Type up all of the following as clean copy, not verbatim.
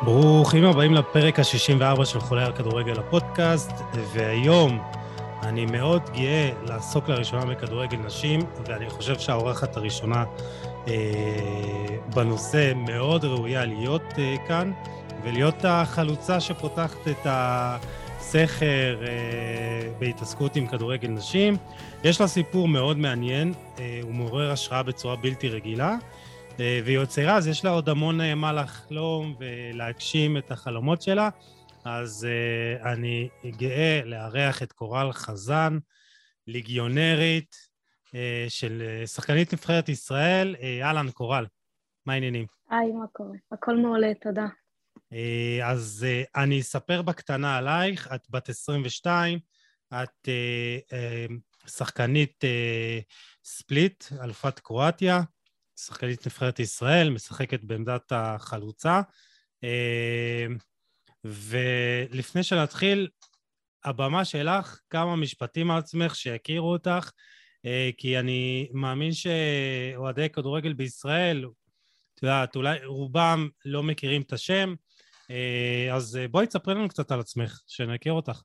ברוכים הבאים לפרק ה-64 של חולה על כדורגל הפודקאסט, והיום אני מאוד גאה לעסוק לראשונה בכדורגל נשים, ואני חושב שהאורחת הראשונה בנושא מאוד ראויה להיות כאן, ולהיות החלוצה שפותחת את הסכר בהתעסקות עם כדורגל נשים. יש לה סיפור מאוד מעניין, הוא מעורר השראה בצורה בלתי רגילה, והיא יוצרה, אז יש לה עוד המון מה לחלום ולהגשים את החלומות שלה. אז אני גאה לארח את קורל חזן, ליגיונרית של שחקנית נבחרת ישראל. אהלן קורל, מה העניינים? היי, מה קורה? הכל מעולה, תודה. אז אני אספר בקטנה עלייך. את בת 22, את שחקנית ספליט, אלופת קרואטיה, שחקנית נבחרת ישראל, משחקת בעמדת החלוצה. ולפני שנתחיל, הבמה שלך, כמה משפטים על עצמך שיכירו אותך, כי אני מאמין שאוהדי כדורגל בישראל, את יודעת, אולי רובם לא מכירים את השם, אז בואי תספרי לנו קצת על עצמך, שנכיר אותך.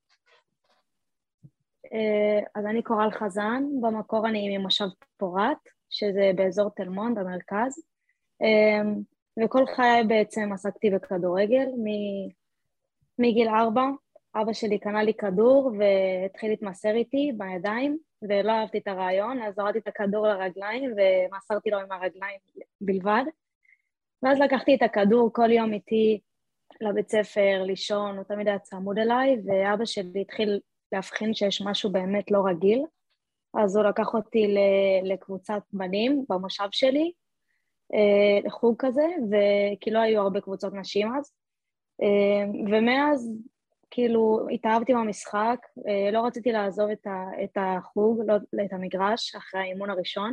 אז אני קורל חזן, במקור אני ממושב פורת, שזה באזור תל מונד, במרכז, וכל חיי בעצם עסקתי בכדורגל, מגיל 4, אבא שלי קנה לי כדור והתחיל להתמסר איתי בידיים, ולא אהבתי את הרעיון, אז הורדתי את הכדור לרגליים ומסרתי לו עם הרגליים בלבד, ואז לקחתי את הכדור כל יום איתי לבית ספר, לישון, הוא תמיד היה צמוד אליי, ואבא שלי התחיל להבחין שיש משהו באמת לא רגיל, אז הוא לקח אותי לקבוצת בנים במושב שלי, לחוג כזה, וכי לא היו הרבה קבוצות נשים אז, ומאז כאילו התאהבתי במשחק, לא רציתי לעזוב את החוג, לא את המגרש, אחרי האימון הראשון,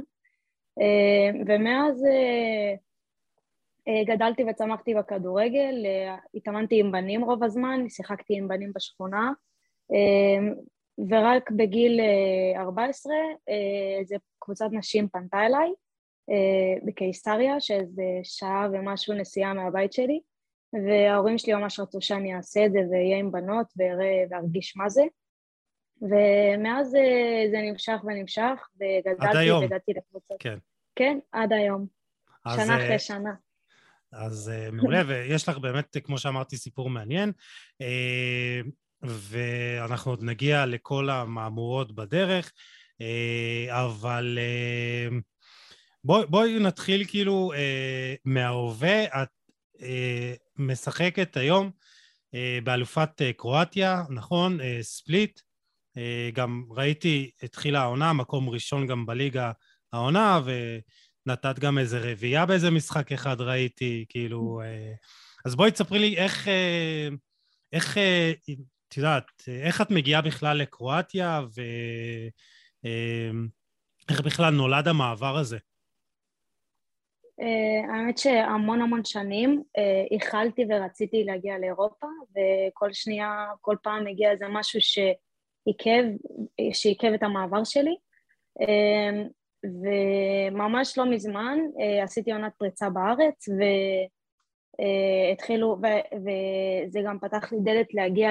ומאז גדלתי וצמחתי בכדורגל, התאמנתי עם בנים רוב הזמן, שיחקתי עם בנים בשכונה, ורק בגיל 14 איזה קבוצת נשים פנתה אליי בקיסריה, שזה שעה ומשהו נסיעה מהבית שלי, וההורים שלי ממש רצו שאני אעשה את זה ויהיה עם בנות וארגיש מה זה, ומאז זה נמשך ונמשך, וגדלתי והגעתי לקבוצות. כן. כן, עד היום, שנה אחרי שנה. אז מעולה, ויש לך באמת, כמו שאמרתי, סיפור מעניין, ואנחנו עוד נגיע לכל המאמורות בדרך, אבל בואי נתחיל כאילו מההווה. את משחקת היום באלופת קרואטיה, נכון? ספליט, גם ראיתי, התחילה העונה, מקום ראשון גם בליגה העונה, ונתת גם איזה רביעייה באיזה משחק אחד, ראיתי, כאילו, אז בואי תספרי לי איך את יודעת, איך את מגיעה בכלל לקרואטיה, ואיך בכלל נולד המעבר הזה? האמת שהמון המון שנים איחלתי ורציתי להגיע לאירופה, וכל שנייה, כל פעם הגיע איזה משהו שעיכב את המעבר שלי, וממש לא מזמן עשיתי עונת פריצה בארץ, והתחילו, וזה גם פתח לי דלת להגיע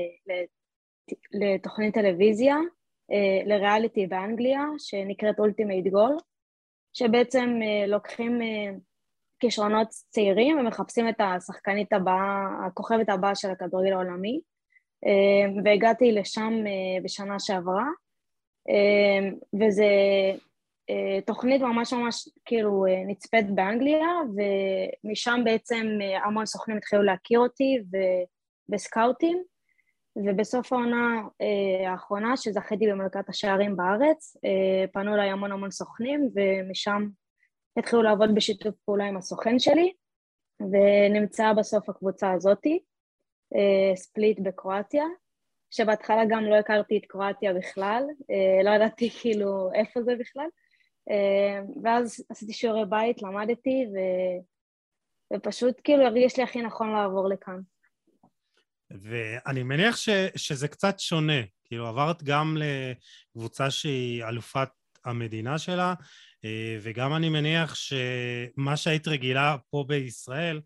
לתוכנית טלוויזיה, לריאליטי באנגליה, שנקראת אולטימייט גול, שבעצם לוקחים כישרונות צעירים ומחפשים את השחקנית הבאה, הכוכבת הבאה של הכדורגל העולמי, והגעתי לשם בשנה שעברה, וזה תוכנית ממש ממש כאילו נצפית באנגליה, ומשם בעצם המון סוכנים התחילו להכיר אותי בסקאוטים, ובסוף העונה האחרונה שזכיתי במלכת השערים בארץ, פנו אליי המון המון סוכנים, ומשם התחילו לעבוד בשיתוף פעולה עם הסוכן שלי, ונמצאה בסוף הקבוצה הזאתי, ספליט בקרואטיה, שבהתחלה גם לא הכרתי את קרואטיה בכלל, לא ידעתי כאילו איפה זה בכלל, ואז עשיתי שיעורי בית, למדתי, ופשוט כאילו הרגיש לי הכי נכון לעבור לכאן. ואני מניח שזה קצת שונה, כאילו עברת גם לקבוצה שהיא אלופת המדינה שלה, וגם אני מניח שמה שהיית רגילה פה בישראל,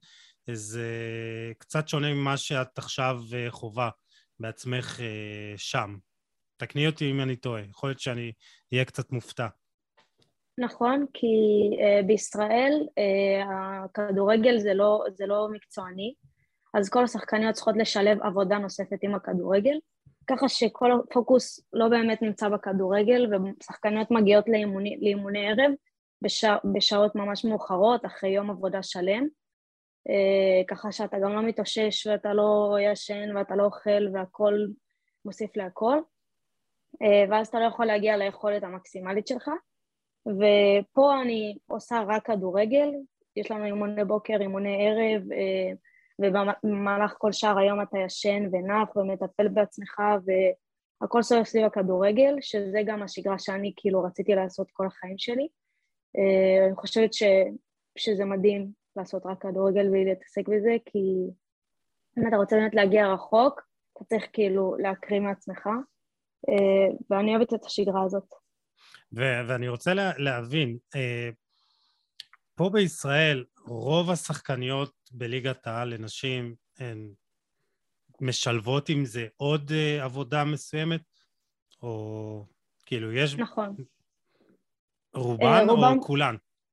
זה קצת שונה ממה שאת עכשיו חובה בעצמך שם. תקני אותי אם אני טועה, יכול להיות שאני אהיה קצת מופתע. נכון, כי בישראל הכדורגל זה לא מקצועני, אז כל השחקניות צריכות לשלב עבודה נוספת עם הכדורגל, ככה שכל הפוקוס לא באמת נמצא בכדורגל, ושחקניות מגיעות לאימוני ערב בשעות ממש מאוחרות, אחרי יום עבודה שלם, ככה שאתה גם לא מתאושש ואתה לא ישן ואתה לא אוכל והכל מוסיף להכל, ואז אתה לא יכול להגיע ליכולת המקסימלית שלך. ופה אני עושה רק כדורגל, יש לנו אימוני בוקר, אימוני ערב, ובמהלך כל שאר היום אתה ישן ונח ומטפל בעצמך, והכל סובב סביב הכדורגל, שזה גם השגרה שאני כאילו רציתי לעשות כל החיים שלי. אני חושבת שזה מדהים לעשות רק כדורגל ולהתעסק בזה, כי אם אתה רוצה באמת להגיע רחוק, אתה צריך כאילו להקריא מעצמך, ואני אוהבת את השגרה הזאת. ואני רוצה להבין, פה בישראל רוב השחקניות בליגת העל לנשים הן משלבות עם זה עוד עבודה מסוימת, או כאילו יש... נכון. רובן או כולן?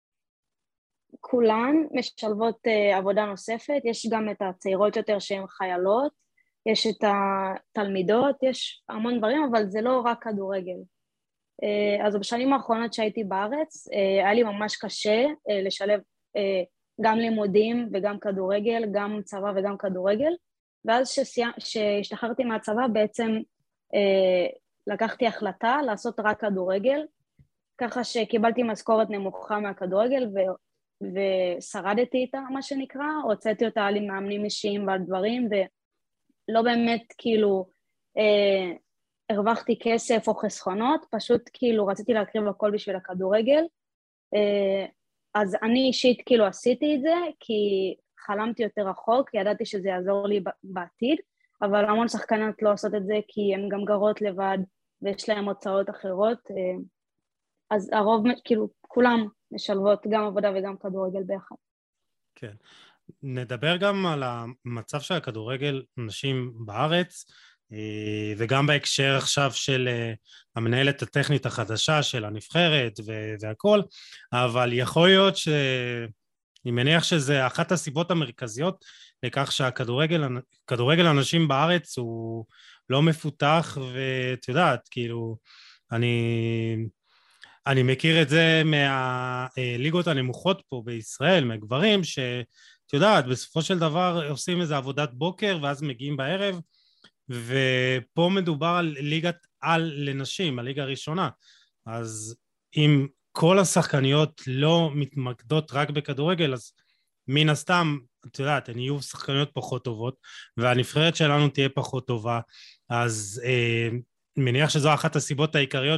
כולן משלבות עבודה נוספת, יש גם את הצעירות יותר שהן חיילות, יש את התלמידות, יש המון דברים, אבל זה לא רק כדורגל. אז בשנים האחרונות שהייתי בארץ, היה לי ממש קשה לשלב גם לימודים וגם כדורגל, גם צבא וגם כדורגל, ואז שהשתחררתי מהצבא בעצם לקחתי החלטה לעשות רק כדורגל, ככה שקיבלתי משכורת נמוכה מהכדורגל ושרדתי איתה, מה שנקרא, הוצאתי אותה על מאמנים אישיים ועל דברים, ולא באמת כאילו הרווחתי כסף או חסכונות, פשוט כאילו רציתי להקריב הכל בשביל הכדורגל, אז אני אישית כאילו עשיתי את זה, כי חלמתי יותר רחוק, ידעתי שזה יעזור לי בעתיד, אבל המון שחקנות לא עושות את זה, כי הן גם גרות לבד, ויש להן הוצאות אחרות, אז הרוב, כאילו, כולם משלבות גם עבודה וגם כדורגל ביחד. כן. נדבר גם על המצב של הכדורגל נשים בארץ, וגם בהקשר עכשיו של המנהלת הטכנית החדשה של הנבחרת והכל, אבל יכול להיות אני מניח שזה אחת הסיבות המרכזיות לכך שהכדורגל הנשים בארץ הוא לא מפותח, ואת יודעת, כאילו, אני מכיר את זה מהליגות הנמוכות פה בישראל, מהגברים, שאת יודעת, בסופו של דבר עושים איזו עבודת בוקר ואז מגיעים בערב, ופה מדובר על ליגת על לנשים, הליגה הראשונה. אז אם כל השחקניות לא מתמקדות רק בכדורגל, אז מן הסתם, את יודעת, הן יהיו שחקניות פחות טובות, והנבחרת שלנו תהיה פחות טובה, אז מניח שזו אחת הסיבות העיקריות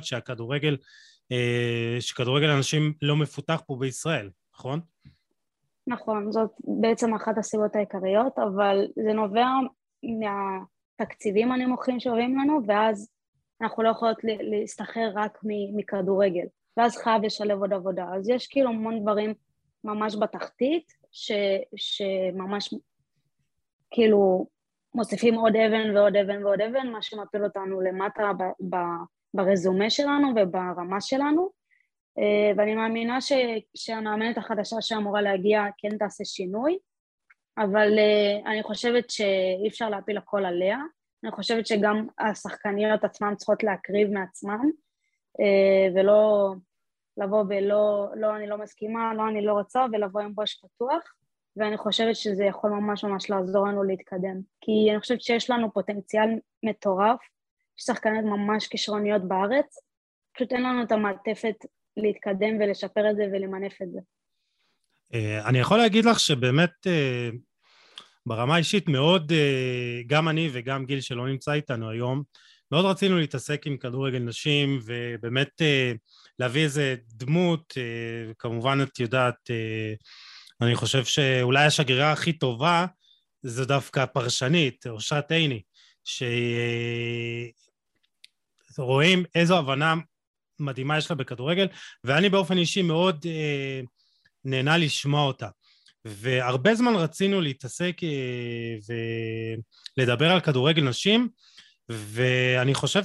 שכדורגל אנשים לא מפותח פה בישראל, נכון? נכון, זאת בעצם אחת הסיבות העיקריות, אבל זה נובע מהתקציבים הנמוכים שעוברים לנו, ואז אנחנו לא יכולות להסתחרר רק מכדורגל, ואז חייב לשלב עוד עבודה. אז יש כאילו המון דברים ממש בתחתית, שממש כאילו מוסיפים עוד אבן ועוד אבן ועוד אבן, מה שמפיל אותנו למטה ברזומה שלנו וברמה שלנו, ואני מאמינה שהמאמנת החדשה שאמורה להגיע כן תעשה שינוי, אבל אני חושבת שאי אפשר להפיל הכל עליה, אני חושבת שגם השחקניות עצמן צריכות להקריב מעצמן, ולא לבוא ולא, לא אני לא מסכימה, לא אני לא רוצה, ולבוא עם ראש פתוח, ואני חושבת שזה יכול ממש ממש לעזור לנו להתקדם, כי אני חושבת שיש לנו פוטנציאל מטורף, יש שחקניות ממש כישרוניות בארץ, פשוט אין לנו את המעטפת להתקדם ולשפר את זה ולמנף את זה. אני יכול להגיד לך שבאמת ברמה האישית מאוד, גם אני וגם גיל שלא נמצא איתנו היום, מאוד רצינו להתעסק עם כדורגל נשים, ובאמת להביא איזה דמות, כמובן את יודעת, אני חושב שאולי השגרירה הכי טובה, זו דווקא פרשנית, אושרת עיני, שרואים איזו הבנה מדהימה יש לה בכדורגל, ואני באופן אישי מאוד נהנה לשמוע אותה. והרבה זמן רצינו להתעסק ולדבר על כדורגל נשים, ואני חושב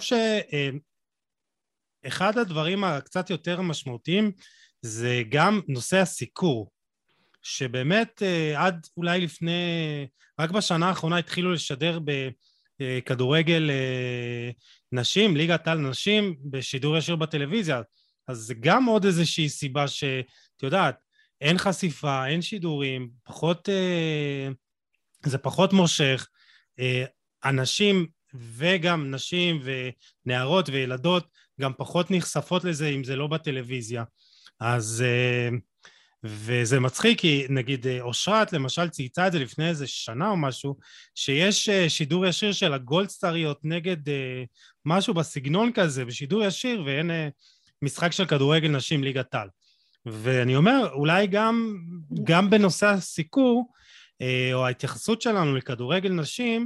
שאחד הדברים הקצת יותר משמעותיים זה גם נושא הסיקור, שבאמת עד אולי לפני, רק בשנה האחרונה התחילו לשדר בכדורגל נשים, ליגת על נשים, בשידור ישיר בטלוויזיה, אז זה גם עוד איזושהי סיבה שאת יודעת, אין חשיפה, אין שידורים, פחות, זה פחות מושך, אנשים וגם נשים ונערות וילדות גם פחות נחשפות לזה אם זה לא בטלוויזיה, אז וזה מצחיק כי נגיד אושרת למשל צייצה את זה לפני איזה שנה או משהו, שיש שידור ישיר של הגולדסטאריות נגד משהו בסגנון כזה בשידור ישיר, ואין משחק של כדורגל נשים ליגת על. ואני אומר אולי גם בנושא הסיקור או ההתייחסות שלנו לכדורגל נשים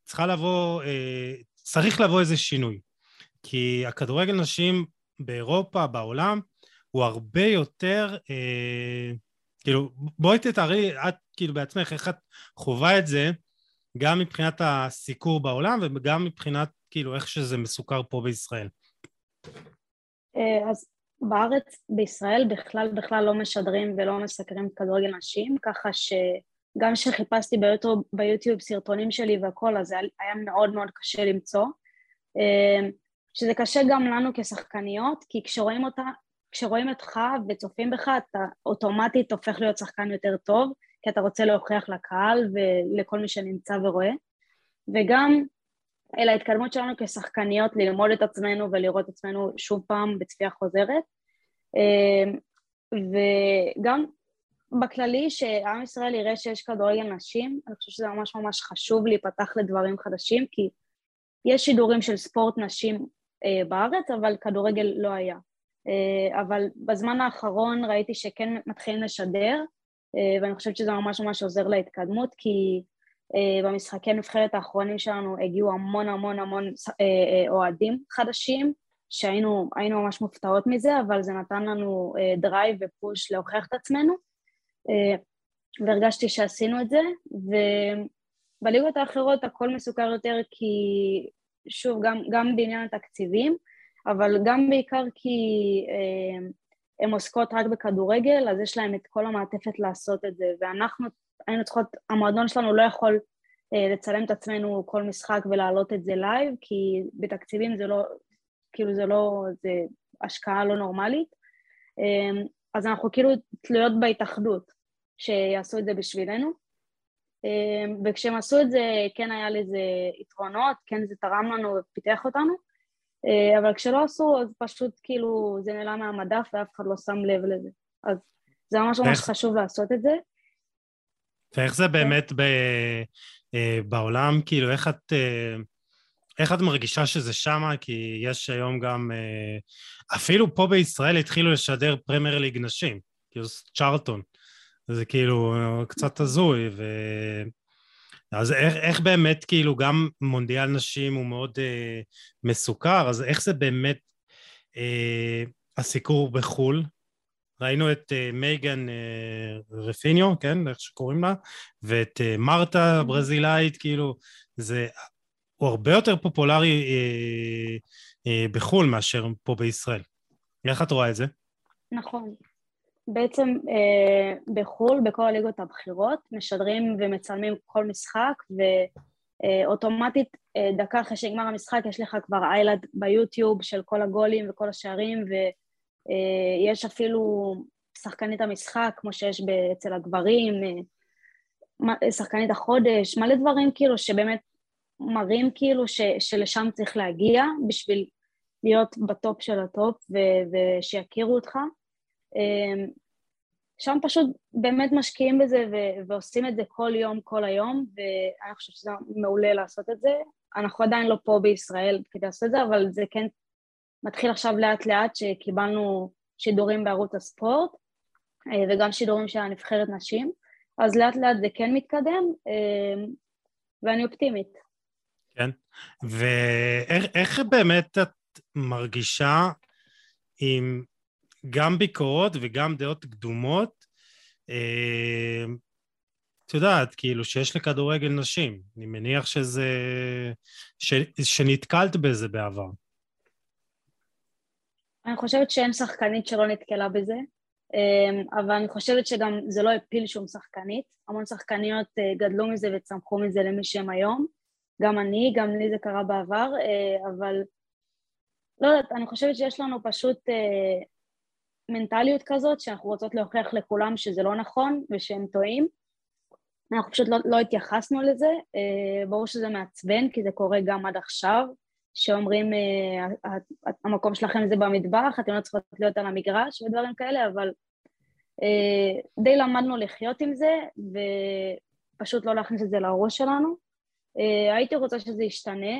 צריך לבוא איזה שינוי, כי הכדורגל נשים באירופה, בעולם, הוא הרבה יותר, כאילו, בואי תתארי, את כאילו בעצמך, איך את חווה את זה, גם מבחינת הסיקור בעולם, וגם מבחינת, כאילו, איך שזה מסוכר פה בישראל. אז בארץ, בישראל, בכלל לא משדרים ולא מסקרים כדורגל נשים, ככה שגם שחיפשתי ביוטיוב סרטונים שלי והכל, אז היה מאוד מאוד קשה למצוא, שזה קשה גם לנו כשחקניות, כי כשרואים אותך וצופים בך, אתה אוטומטית הופך להיות שחקן יותר טוב, כי אתה רוצה להוכיח לקהל ולכל מי שנמצא ורואה, וגם אל ההתקדמות שלנו כשחקניות, ללמוד את עצמנו ולראות את עצמנו שוב פעם בצפייה חוזרת, וגם בכללי שעם ישראל יראה שיש כדורגל נשים, אני חושבת שזה ממש ממש חשוב להיפתח לדברים חדשים, כי יש שידורים של ספורט נשים בארץ, אבל כדורגל לא היה. אבל בזמן האחרון ראיתי שכן מתחילים לשדר, ואני חושבת שזה ממש ממש עוזר להתקדמות, כי במשחקי נבחרת האחרונים שלנו הגיעו המון אוהדים חדשים, שהיינו ממש מופתעות מזה, אבל זה נתן לנו דרייב ופוש להוכיח את עצמנו, והרגשתי שעשינו את זה, ובליגות האחרות הכל מסוכר יותר, כי שוב, גם בעניין התקציבים, אבל גם בעיקר כי הן עוסקות רק בכדורגל, אז יש להם את כל המעטפת לעשות את זה, ואנחנו היינו צריכות, המועדון שלנו לא יכול לצלם את עצמנו כל משחק ולהעלות את זה לייב, כי בתקציבים זה לא, כאילו זה השקעה לא נורמלית, אז אנחנו כאילו תלויות בהתאחדות שיעשו את זה בשבילנו, וכשהם עשו את זה כן היה לזה יתרונות, כן זה תרם לנו ופיתח אותנו, אבל כשלא עשו אז פשוט כאילו זה נעלם מהמדף ואף אחד לא שם לב לזה, אז זה ממש ממש חשוב לעשות את זה. ואיך זה באמת בעולם, כאילו איך את מרגישה שזה שמה? כי יש היום גם, אפילו פה בישראל התחילו לשדר פרמייר ליג נשים, כאילו צ'ארלטון, זה כאילו קצת הזוי, אז איך באמת כאילו גם מונדיאל נשים הוא מאוד מסוכר, אז איך זה באמת הסיקור בחול? ראינו את מייגן רפיניו, כן, איך שקוראים לה, ואת מרתה הברזילאית, כאילו, הוא הרבה יותר פופולרי בחול מאשר פה בישראל. איך את רואה את זה? נכון. בעצם בחול, בכל הליגות הבחירות, משדרים ומצלמים כל משחק, ואוטומטית דקה אחרי שיגמר המשחק, יש לך כבר איילד ביוטיוב של כל הגולים וכל השערים, ויש אפילו שחקנית המשחק, כמו שיש אצל הגברים, שחקנית החודש, מלא דברים כאילו שבאמת מראים כאילו שלשם צריך להגיע, בשביל להיות בטופ של הטופ, ושיכירו אותך. שם פשוט באמת משקיעים בזה ועושים את זה כל יום, כל היום, ואני חושבת שזה מעולה לעשות את זה. אנחנו עדיין לא פה בישראל כדי לעשות את זה, אבל זה כן מתחיל עכשיו לאט לאט שקיבלנו שידורים בערוץ הספורט, וגם שידורים של הנבחרת נשים, אז לאט לאט זה כן מתקדם, ואני אופטימית. כן, ואיך באמת את מרגישה עם גם ביקורות וגם דעות קדומות, את יודעת, כאילו שיש לכדורגל נשים. אני מניח שנתקלת בזה בעבר. אני חושבת שאין שחקנית שלא נתקלה בזה, אבל אני חושבת שגם זה לא הפיל שום שחקנית. המון שחקניות גדלו מזה וצמחו מזה למי שהם היום. גם לי זה קרה בעבר, אבל לא יודעת, אני חושבת שיש לנו פשוט מנטליות כזאת, שאנחנו רוצות להוכיח לכולם שזה לא נכון ושהם טועים. אנחנו פשוט לא התייחסנו לזה, ברור שזה מעצבן, כי זה קורה גם עד עכשיו, שאומרים, המקום שלכם זה במטבח, אתם לא צריכות להיות על המגרש ודברים כאלה, אבל די למדנו לחיות עם זה, ופשוט לא להכניס את זה לראש שלנו. הייתי רוצה שזה ישתנה,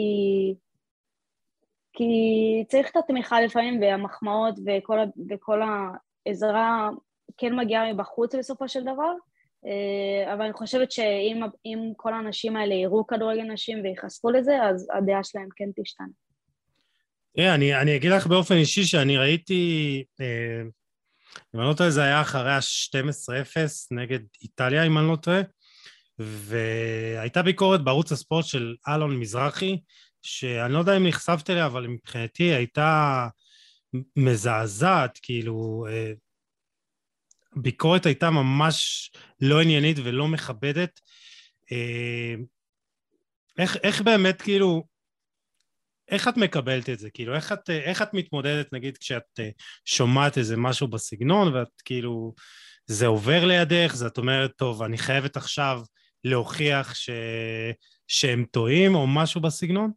כי צריך את התמיכה לפעמים, והמחמאות וכל העזרה כן מגיעה מבחוץ בסופו של דבר, אבל אני חושבת שאם כל האנשים האלה יראו כדורגל נשים ויחשפו לזה, אז הדעה שלהם כן תשתנה. אני אגיד לך באופן אישי שאני ראיתי, אם אני לא טועה, זה היה אחרי ה-12-0 נגד איטליה, אם אני לא טועה, והייתה ביקורת בערוץ הספורט של אלון מזרחי, שאני לא יודע אם נחשפת אליה, אבל מבחינתי הייתה מזעזעת, כאילו, ביקורת הייתה ממש לא עניינית ולא מכבדת. איך באמת, כאילו, איך את מקבלת את זה? כאילו, איך את מתמודדת, נגיד, כשאת שומעת איזה משהו בסגנון, ואת כאילו, זה עובר לידך, אז את אומרת, טוב, אני חייבת עכשיו להוכיח שהם טועים, או משהו בסגנון?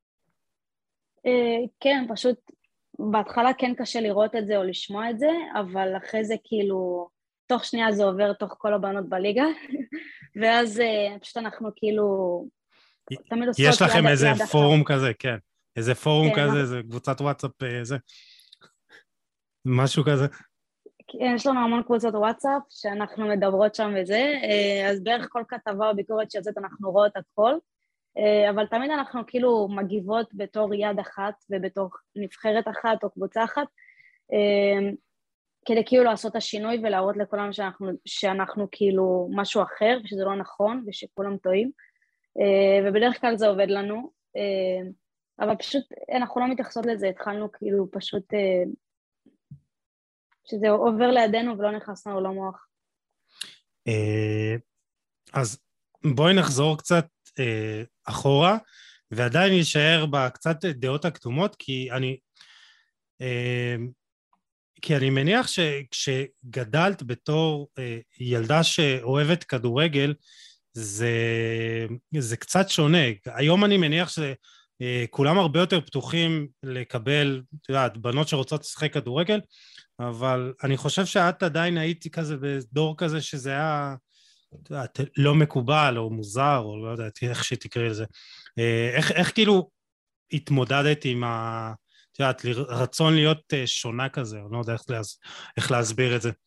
כן, פשוט בהתחלה כן קשה לראות את זה או לשמוע את זה, אבל אחרי זה כאילו, תוך שנייה זה עובר תוך כל הבנות בליגה, ואז פשוט אנחנו כאילו, תמיד עושות יש לכם איזה יד אחת. פורום כזה, כן. איזה פורום כן, כזה, איזה קבוצת וואטסאפ, איזה, משהו כזה. יש לנו המון קבוצות וואטסאפ שאנחנו מדברות שם וזה, אז בערך כל כתבה או ביקורת שיוצאת אנחנו רואות הכל, אבל תמיד אנחנו כאילו מגיבות בתור יד אחת ובתור נבחרת אחת או קבוצה אחת, כדי כאילו לעשות את השינוי ולהראות לכולם שאנחנו כאילו משהו אחר ושזה לא נכון ושכולם טועים, ובדרך כלל זה עובד לנו, אבל פשוט אנחנו לא מתייחסות לזה, התחלנו כאילו פשוט שזה עובר לידינו ולא נכנס לנו למוח. אז בואי נחזור קצת אחורה, ועדיין יישאר בקצת דעות הקדומות, כי אני מניח שכשגדלת בתור ילדה שאוהבת כדורגל, זה קצת שונה. היום אני מניח שכולם הרבה יותר פתוחים לקבל, את יודעת, בנות שרוצות לשחק כדורגל, אבל אני חושב שאת עדיין הייתי כזה בדור כזה שזה היה, את יודעת, לא מקובל או מוזר, או לא יודעת איך שתקראי לזה. איך כאילו התמודדת עם את יודעת, רצון להיות שונה כזה, או לא יודע איך להסביר את זה.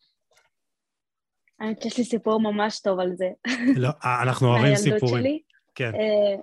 יש לי סיפור ממש טוב על זה. לא, אנחנו אוהבים סיפורים. שלי. כן.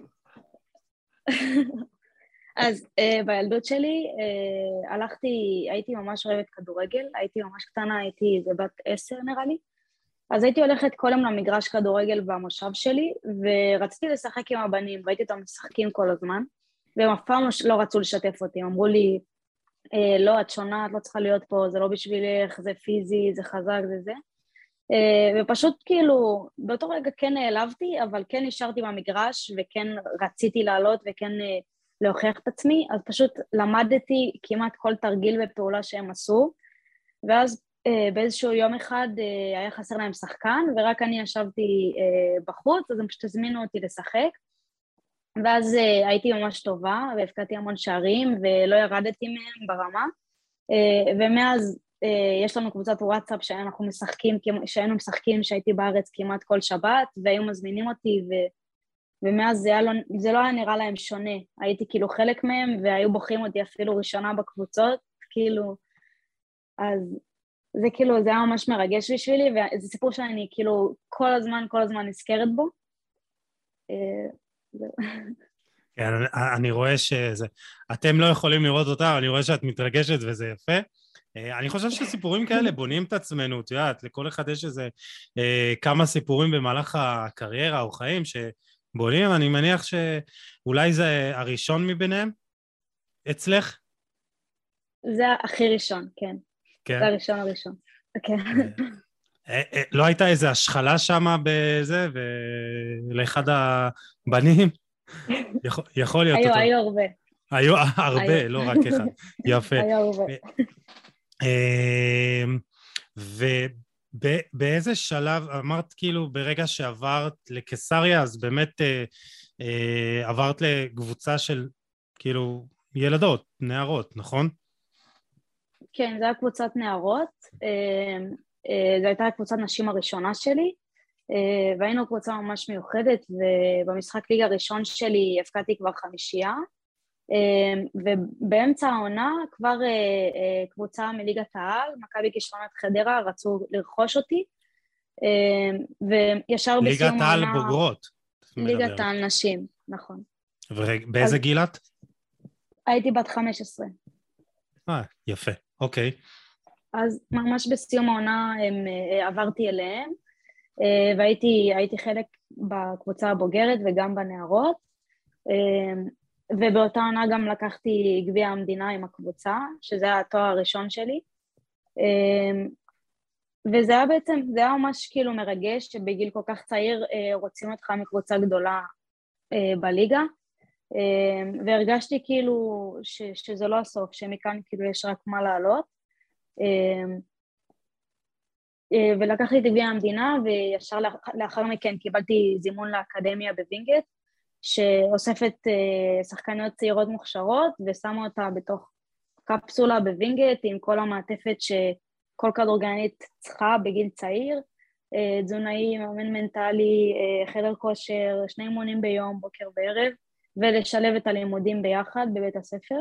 אז בילדות שלי הייתי ממש אוהבת כדורגל, הייתי ממש קטנה, הייתי בת 10 נראה לי, אז הייתי הולכת כל יום למגרש כדורגל במושב שלי, ורציתי לשחק עם הבנים, ראיתי אותם משחקים כל הזמן, והם אף פעם לא רצו לשתף אותי, אמרו לי, לא, את שונה, את לא צריכה להיות פה, זה לא בשבילך, זה פיזי, זה חזק, זה. ופשוט כאילו, באותו רגע כן נעלבתי, אבל כן נשארתי במגרש, וכן רציתי לעלות, וכן להוכיח את עצמי, אז פשוט למדתי כמעט כל תרגיל ופעולה שהם עשו, ואז באיזשהו יום אחד היה חסר להם שחקן, ורק אני ישבתי בחוץ, אז הם פשוט הזמינו אותי לשחק, ואז הייתי ממש טובה, והפקעתי המון שערים, ולא ירדתי מהם ברמה, ומאז יש לנו קבוצת וואטסאפ שהיינו משחקים שהייתי בארץ כמעט כל שבת, והיו מזמינים אותי, ומאז זה לא היה נראה להם שונה, הייתי כאילו חלק מהם, והיו בוחרים אותי אפילו ראשונה בקבוצות, כאילו, אז זה כאילו, זה היה ממש מרגש בשבילי, וזה סיפור שאני כאילו כל הזמן נזכרת בו. כן, אני רואה אתם לא יכולים לראות אותה, אני רואה שאת מתרגשת וזה יפה. אני חושב שסיפורים כאלה בונים את עצמנו, את יודעת, לכל אחד יש איזה כמה סיפורים במהלך הקריירה או חיים שבונים, אני מניח שאולי זה הראשון מביניהם אצלך? זה הכי ראשון, כן. כן. זה הראשון. כן. לא הייתה איזו השחלה שמה בזה, לאחד הבנים? יכול להיות אותו. היו הרבה. היו הרבה, לא רק אחד. יפה. היו הרבה. ובאיזה שלב, אמרת כאילו ברגע שעברת לקיסריה, אז באמת עברת לקבוצה של כאילו ילדות, נערות, נכון? כן, זו הייתה קבוצת נערות. זו הייתה קבוצת נשים הראשונה שלי, והיינו קבוצה ממש מיוחדת, ובמשחק ליגה הראשון שלי הפקעתי כבר 5, ובאמצע העונה כבר קבוצה מליגת העל, מכבי כישרונות חדרה, רצו לרכוש אותי, וישר בסיום העונה... ליגת העל בוגרות. ליגת העל נשים, נכון. ובאיזה גיל את? הייתי בת 15. יפה, אוקיי. אז ממש בסיום העונה עברתי אליהם, והייתי חלק בקבוצה הבוגרת וגם בנערות, ובאותה עונה גם לקחתי גביע המדינה עם הקבוצה, שזה התואר הראשון שלי, וזה היה בעצם, זה היה ממש כאילו מרגש שבגיל כל כך צעיר רוצים אותך מקבוצה גדולה בליגה, והרגשתי כאילו שזה לא הסוף, שמכאן כאילו יש רק מה לעלות, ולקחתי את גביע המדינה, וישר לאחר מכן קיבלתי זימון לאקדמיה בווינגייט, שאוספת שחקניות צעירות מוכשרות, ושמה אותה בתוך קפסולה בווינגייט, עם כל המעטפת שכל כדורגלנית צריכה בגיל צעיר, תזונאי, מאמן מנטלי, חדר כושר, 2 אימונים ביום, בוקר וערב, ולשלב את הלימודים ביחד בבית הספר.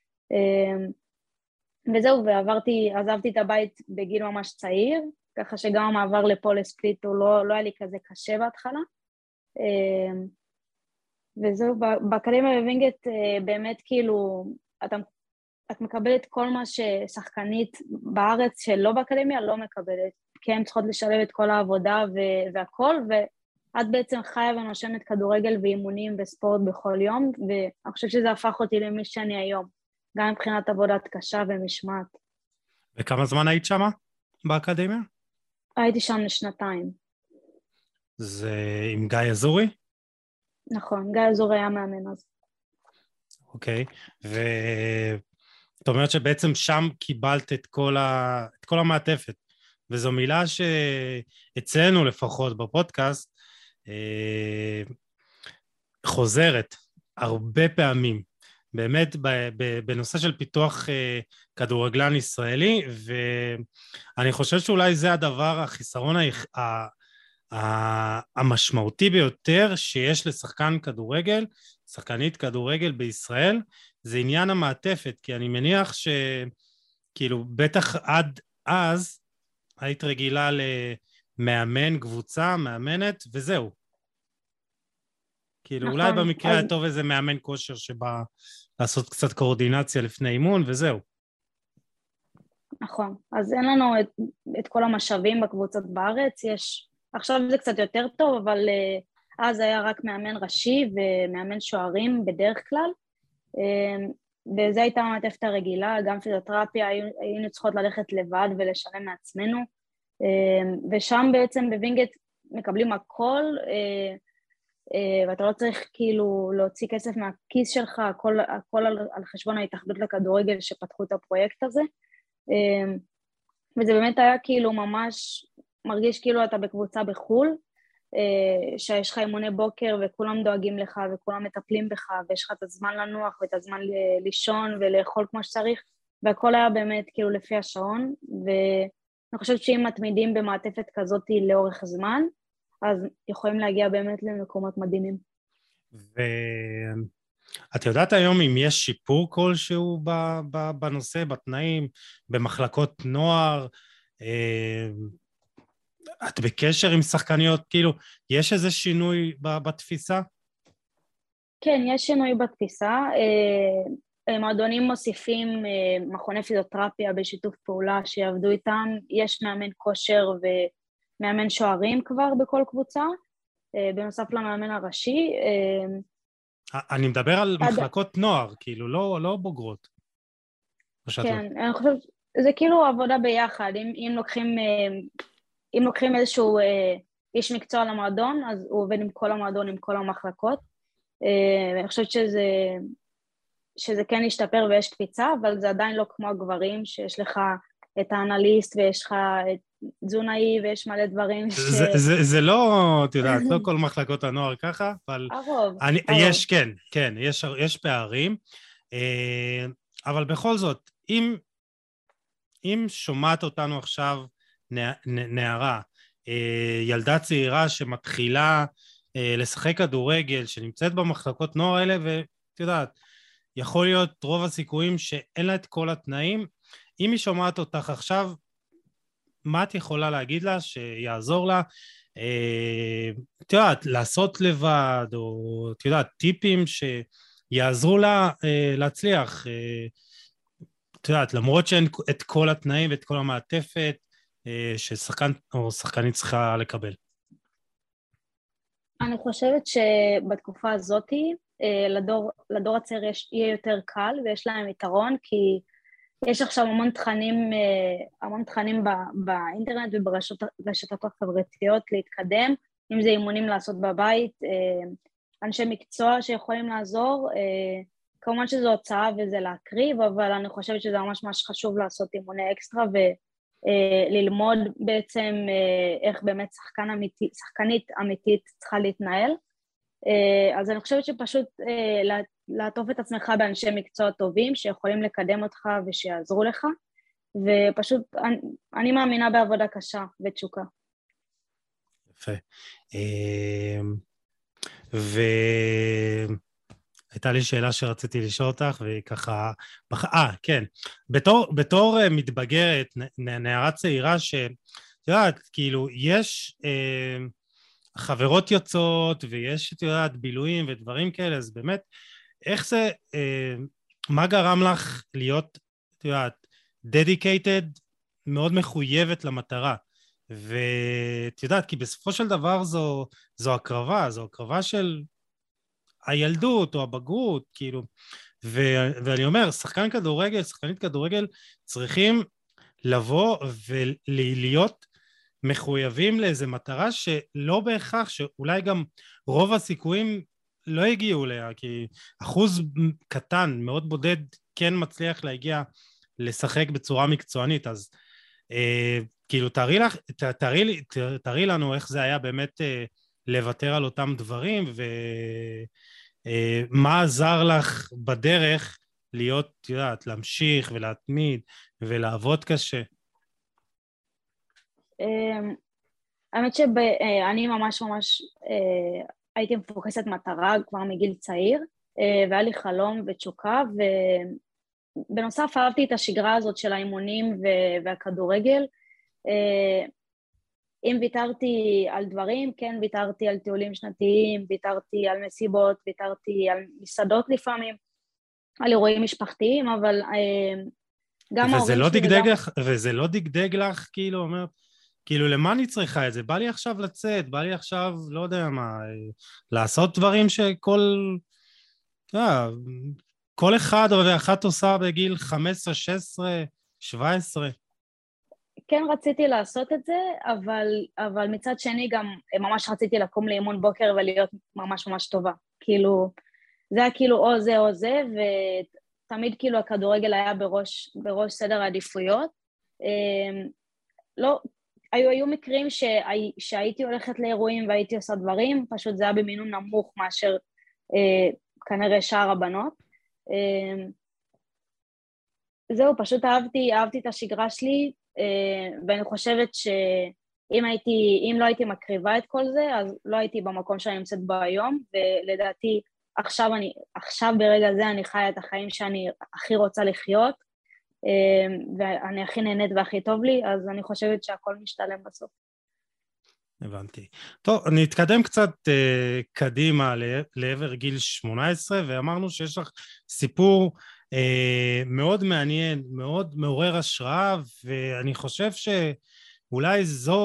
וזהו, עזבתי את הבית בגיל ממש צעיר, ככה שגם המעבר לפה לספליט הוא לא היה לי כזה קשה בהתחלה. וזהו, באקדמיה בווינגייט באמת כאילו, את מקבלת כל מה ששחקנית בארץ שלא באקדמיה לא מקבלת, כי הן צריכות לשלב את כל העבודה והכל, ואת בעצם חיה ונושמת כדורגל ואימונים וספורט בכל יום, ואני חושבת שזה הפך אותי למי שאני היום, גם מבחינת עבודת קשה ומשמעת. וכמה זמן היית שמה באקדמיה? הייתי שם 2 זה עם גיא אזורי? נכון, גיא אזורי היה מאמן אז. אוקיי, זאת אומרת שבעצם שם קיבלת את כל המעטפת, וזו מילה שאצלנו לפחות בפודקאסט חוזרת הרבה פעמים, באמת בנושא של פיתוח כדורגלן ישראלי, ואני חושב שאולי זה הדבר, החיסרון המשמעותי ביותר שיש לשחקן כדורגל, שחקנית כדורגל בישראל, זה עניין המעטפת, כי אני מניח שכאילו בטח עד אז היית רגילה למאמן קבוצה, מאמנת, וזהו. כאילו נכון, אולי במקרה הטוב איזה מאמן כושר שבא לעשות קצת קואורדינציה לפני אימון, וזהו. נכון, אז אין לנו את כל המשאבים בקבוצות בארץ, עכשיו זה קצת יותר טוב, אבל אז היה רק מאמן ראשי ומאמן שוערים בדרך כלל, וזה הייתה המעטפת הרגילה, גם פיזיותרפיה, היינו צריכות ללכת לבד ולשלם מעצמנו, ושם בעצם בווינגייט מקבלים הכל, ואתה לא צריך כאילו להוציא כסף מהכיס שלך, הכל על חשבון ההתאחדות לכדורגל שפתחו את הפרויקט הזה, וזה באמת היה כאילו ממש מרגיש כאילו אתה בקבוצה בחול, שיש לך אימוני בוקר וכולם דואגים לך וכולם מטפלים בך, ויש לך את הזמן לנוח ואת הזמן לישון ולאכול כמו שצריך, והכל היה באמת כאילו לפי השעון, ואני חושבת שאם מתמידים במעטפת כזאת לאורך זמן, אז יכולים להגיע באמת למקומות מדהימים. ואת יודעת היום אם יש שיפור כלשהו בנושא, בתנאים, במחלקות נוער, את בקשר עם שחקניות, כאילו, יש איזה שינוי בתפיסה? כן, יש שינוי בתפיסה. מועדונים מוסיפים מכוני פיזיותרפיה בשיתוף פעולה שיעבדו איתם, יש מאמן כושר ומאמן שוערים כבר בכל קבוצה, בנוסף למאמן הראשי. אני מדבר על מחלקות נוער, כאילו, לא בוגרות. כן, אני חושבת, זה כאילו עבודה ביחד, אם לוקחים איזשהו איש מקצוע למועדון, אז הוא עובד עם כל המועדון, עם כל המחלקות. אני חושבת שזה כן ישתפר ויש קפיצה, אבל זה עדיין לא כמו הגברים, שיש לך את האנליסט ויש לך את תזונאי ויש מלא דברים זה לא, את יודעת, לא כל מחלקות הנוער ככה, אבל... הרוב. יש, כן, יש פערים, אבל בכל זאת, אם שומעת אותנו עכשיו נערה, ילדה צעירה שמתחילה לשחק כדורגל, שנמצאת במחלקות נוער האלה, ואת יודעת, יכול להיות רוב הסיכויים שאין לה את כל התנאים, אם היא שומעת אותך עכשיו, מה את יכולה להגיד לה שיעזור לה, את יודעת, לעשות לבד, או את יודעת, טיפים שיעזרו לה להצליח, את יודעת, למרות שאין את כל התנאים ואת כל המעטפת ששחקן או שחקנית צריכה לקבל. אני חושבת שבתקופה הזאת לדור הצעיר יהיה יותר קל ויש להם יתרון, כי יש עכשיו המון תכנים באינטרנט וברשתות החברתיות להתקדם, אם זה אימונים לעשות בבית, אנשי מקצוע שיכולים לעזור, כמובן שזו הוצאה וזה להקריב, אבל אני חושבת שזה ממש ממש חשוב לעשות אימוני אקסטרה וללמוד בעצם איך באמת שחקנית אמיתית צריכה להתנהל. אז אני חושבת שפשוט לעטוף את עצמך באנשי מקצוע טובים שיכולים לקדם אותך ושיעזרו לך, ופשוט אני מאמינה בעבודה קשה ותשוקה. יפה. הייתה לי שאלה שרציתי לשאול אותך, וככה, כן, בתור מתבגרת, נערה צעירה שאת יודעת, כאילו, יש חברות יוצאות, ויש, את יודעת, בילויים ודברים כאלה, אז באמת, איך זה, מה גרם לך להיות, את יודעת, dedicated, מאוד מחויבת למטרה, ואת יודעת, כי בסופו של דבר זו הקרבה של הילדות או הבגרות, כאילו, ואני אומר, שחקנית כדורגל, צריכים לבוא ולהיות מחויבים לאיזו מטרה שלא בהכרח, שאולי גם רוב הסיכויים לא הגיעו אליה, כי אחוז קטן, מאוד בודד, כן מצליח להגיע לשחק בצורה מקצוענית, אז כאילו תראי לנו איך זה היה באמת לוותר על אותם דברים, ומה עזר לך בדרך להיות, יודעת, להמשיך ולהתמיד ולעבוד קשה. האמת שאני ממש הייתי מפוקסת מטרה כבר מגיל צעיר, והיה לי חלום ותשוקה, ובנוסף אהבתי את השגרה הזאת של האימונים והכדורגל. אם ויתרתי על דברים, כן, ויתרתי על טיולים שנתיים, ויתרתי על מסיבות, ויתרתי על מסעדות לפעמים, על אירועים משפחתיים, אבל גם ההורים שלי... וזה לא דגדג לך, כאילו, אומרת, כאילו, למה אני צריכה את זה? בא לי עכשיו לצאת, בא לי עכשיו, לא יודע מה, לעשות דברים כל אחד ואחת עושה בגיל 15, 16, 17. כן רציתי לעשות את זה, אבל מצד שני גם ממש רציתי לקום לאימון בוקר ולהיות ממש ממש טובה. כאילו, זה היה כאילו או זה או זה, ותמיד כאילו הכדורגל היה בראש סדר העדיפויות. לא, היו מקרים שהייתי הולכת לאירועים והייתי עושה דברים, פשוט זה היה במינון נמוך מאשר כנראה שאר הבנות. זהו, פשוט אהבתי את השגרה שלי, ואני חושבת שאם לא הייתי מקריבה את כל זה, אז לא הייתי במקום שאני נמצאת בו היום, ולדעתי עכשיו ברגע זה אני חיה את החיים שאני הכי רוצה לחיות, ואני הכי נהנית והכי טוב לי, אז אני חושבת שהכל משתלם בסוף. הבנתי. טוב, אני אתקדם קצת קדימה לעבר גיל 18, ואמרנו שיש לך סיפור מאוד מעניין, מאוד מעורר השראה, ואני חושב שאולי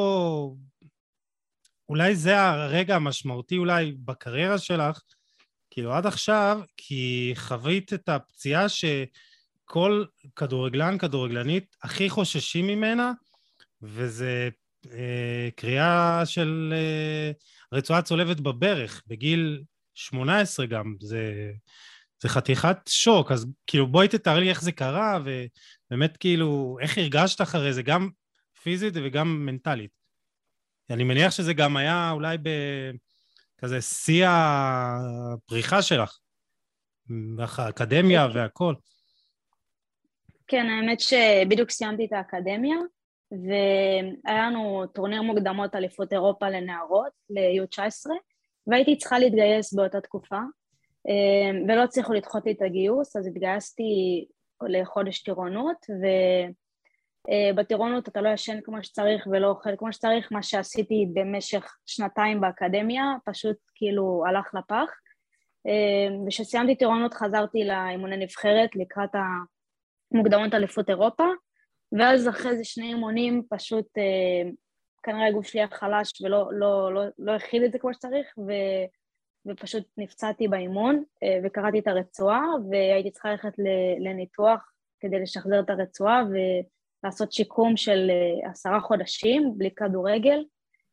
אולי זה הרגע המשמעותי אולי בקריירה שלך, כאילו עד עכשיו, כי חווית את הפציעה שכל כדורגלן, כדורגלנית הכי חוששים ממנה, וזה קריאה של רצועה צולבת בברך, בגיל 18 גם, זה חתיכת שוק, אז כאילו בואי תתאר לי איך זה קרה, ובאמת כאילו איך הרגשת אחרי זה, גם פיזית וגם מנטלית. אני מניח שזה גם היה אולי בכזה שיא הפריחה שלך, האקדמיה והכל. כן, האמת שבדיוק סיימתי את האקדמיה, והיה לנו טורניר מוקדמות אליפות אירופה לנערות, ל-U19, והייתי צריכה להתגייס באותה תקופה, ולא הצליחו לדחות לי את הגיוס, אז התגייסתי לחודש טירונות, ובטירונות אתה לא ישן כמו שצריך ולא אוכל כמו שצריך, מה שעשיתי במשך 2 באקדמיה, פשוט כאילו הלך לפח, ושסיימתי טירונות חזרתי לאימוני נבחרת לקראת המוקדמות אליפות אירופה, ואז אחרי זה 2 אימונים פשוט כנראה הגוף שלי היה חלש ולא הכיל את זה כמו שצריך, ופשוט נפצעתי באימון וקראתי את הרצועה, והייתי צריכה ללכת לניתוח כדי לשחזר את הרצועה ולעשות שיקום של 10 חודשים בלי כדורגל.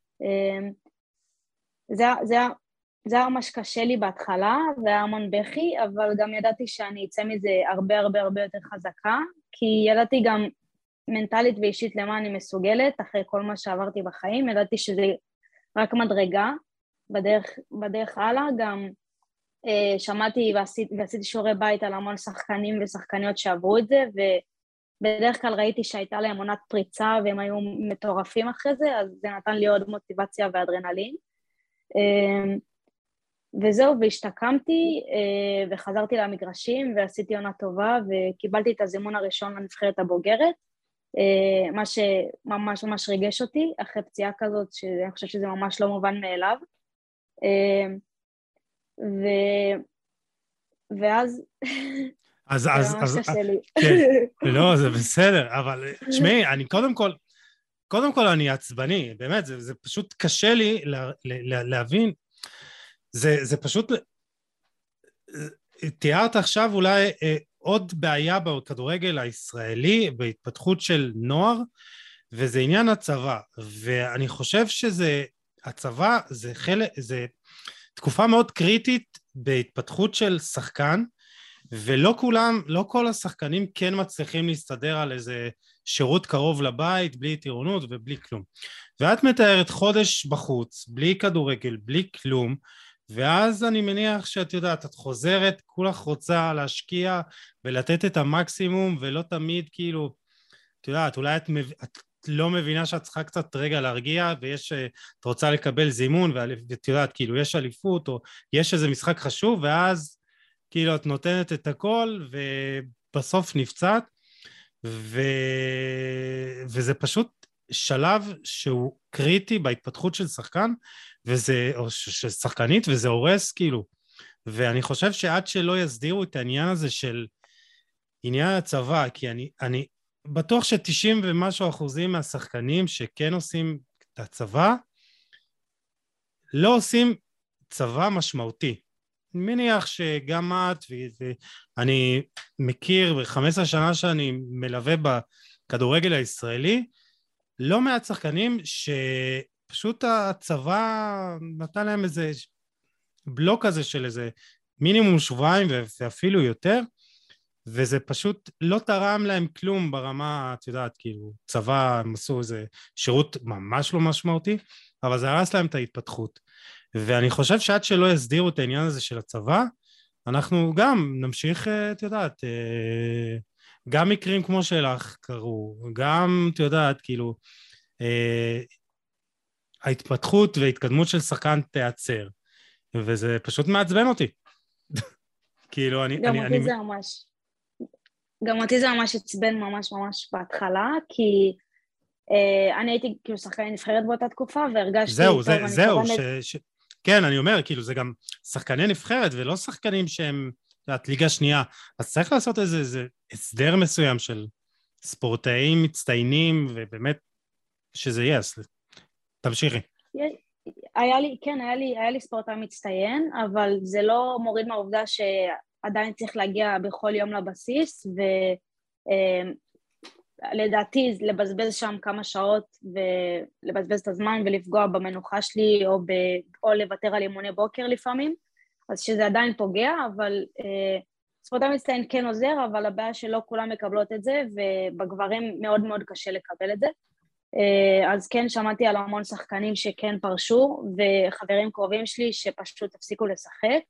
זה היה ממש קשה לי בהתחלה, והיה המון בכי, אבל גם ידעתי שאני אצא מזה הרבה הרבה הרבה יותר חזקה, כי ידעתי גם מנטלית ואישית למה אני מסוגלת, אחרי כל מה שעברתי בחיים, ידעתי שזה רק מדרגה, בדרך הלאה גם שמעתי ועשיתי שיעורי בית על המון שחקנים ושחקניות שעברו את זה, ובדרך כלל ראיתי שהייתה להם עונת פריצה והם היו מטורפים אחרי זה, אז זה נתן לי עוד מוטיבציה ואדרנלין. וזהו, והשתקמתי וחזרתי למגרשים ועשיתי עונה טובה וקיבלתי את הזימון הראשון לנבחרת הבוגרת, מה שממש ממש ריגש אותי אחרי פציעה כזאת, שאני חושבת שזה ממש לא מובן מאליו. ואז אז ממש קשה לי. כן, לא, זה בסדר, אבל תשמעי, אני קודם כל אני עצבני, באמת, זה פשוט קשה לי להבין, זה פשוט, תיארת עכשיו אולי עוד בעיה בכדורגל הישראלי, בהתפתחות של נוער, וזה עניין הצבא, ואני חושב הצבא זה תקופה מאוד קריטית בהתפתחות של שחקן, ולא כל השחקנים כן מצליחים להסתדר על איזה שירות קרוב לבית, בלי טירונות ובלי כלום. ואת מתארת חודש בחוץ, בלי כדורגל, בלי כלום, ואז אני מניח שאת יודעת, את חוזרת, כולך רוצה להשקיע ולתת את המקסימום, ולא תמיד כאילו, את יודעת, אולי את לא מבינה שאת צריכה קצת רגע להרגיע, את רוצה לקבל זימון, ואת יודעת, כאילו, יש אליפות, או יש איזה משחק חשוב, ואז כאילו את נותנת את הכל, ובסוף נפצעת, וזה פשוט שלב שהוא קריטי בהתפתחות של שחקן, או של שחקנית, וזה הורס כאילו. ואני חושב שעד שלא יסדירו את העניין הזה של עניין הצבא, כי אני בטוח ש90% ומשהו מהשחקנים שכן עושים את הצבא, לא עושים צבא משמעותי. אני מניח שגם את, ואני מכיר ב15 שנה שאני מלווה בכדורגל הישראלי, לא מעט שחקנים שפשוט הצבא נתן להם איזה בלוק הזה של איזה מינימום 2 ואפילו יותר, וזה פשוט לא תרם להם כלום ברמה, את יודעת, כאילו, צבא, הם עשו איזה שירות ממש לא משמעותי, אבל זה הרס להם את ההתפתחות. ואני חושב שעד שלא יסדירו את העניין הזה של הצבא, אנחנו גם נמשיך, את יודעת, גם מקרים כמו שלך קרו, גם, את יודעת, כאילו, ההתפתחות וההתקדמות של שחקן תיעצר, וזה פשוט מעצבן אותי. כאילו, גם אותי זה ממש עצבן ממש ממש בהתחלה, כי אני הייתי כאילו שחקנית נבחרת באותה תקופה, והרגשתי זהו, טוב, אני זהו, תורמת. כן, אני אומר, כאילו, זה גם שחקני נבחרת, ולא שחקנים שהם, את ליגה שנייה, אז צריך לעשות איזה הסדר מסוים של ספורטאים מצטיינים, ובאמת שזה יהיה, תמשיכי. היה לי ספורטאי מצטיין, אבל זה לא מוריד מהעובדה שעדיין צריך להגיע בכל יום לבסיס, ולדעתי לבזבז שם כמה שעות ולבזבז את הזמן ולפגוע במנוחה שלי, או לוותר על אימוני בוקר לפעמים, אז שזה עדיין פוגע, אבל ספורטאי מצטיין כן עוזר, אבל הבעיה שלא כולם מקבלות את זה, ובגברים מאוד מאוד קשה לקבל את זה. אז כן, שמעתי על המון שחקנים שכן פרשו, וחברים קרובים שלי שפשוט הפסיקו לשחק,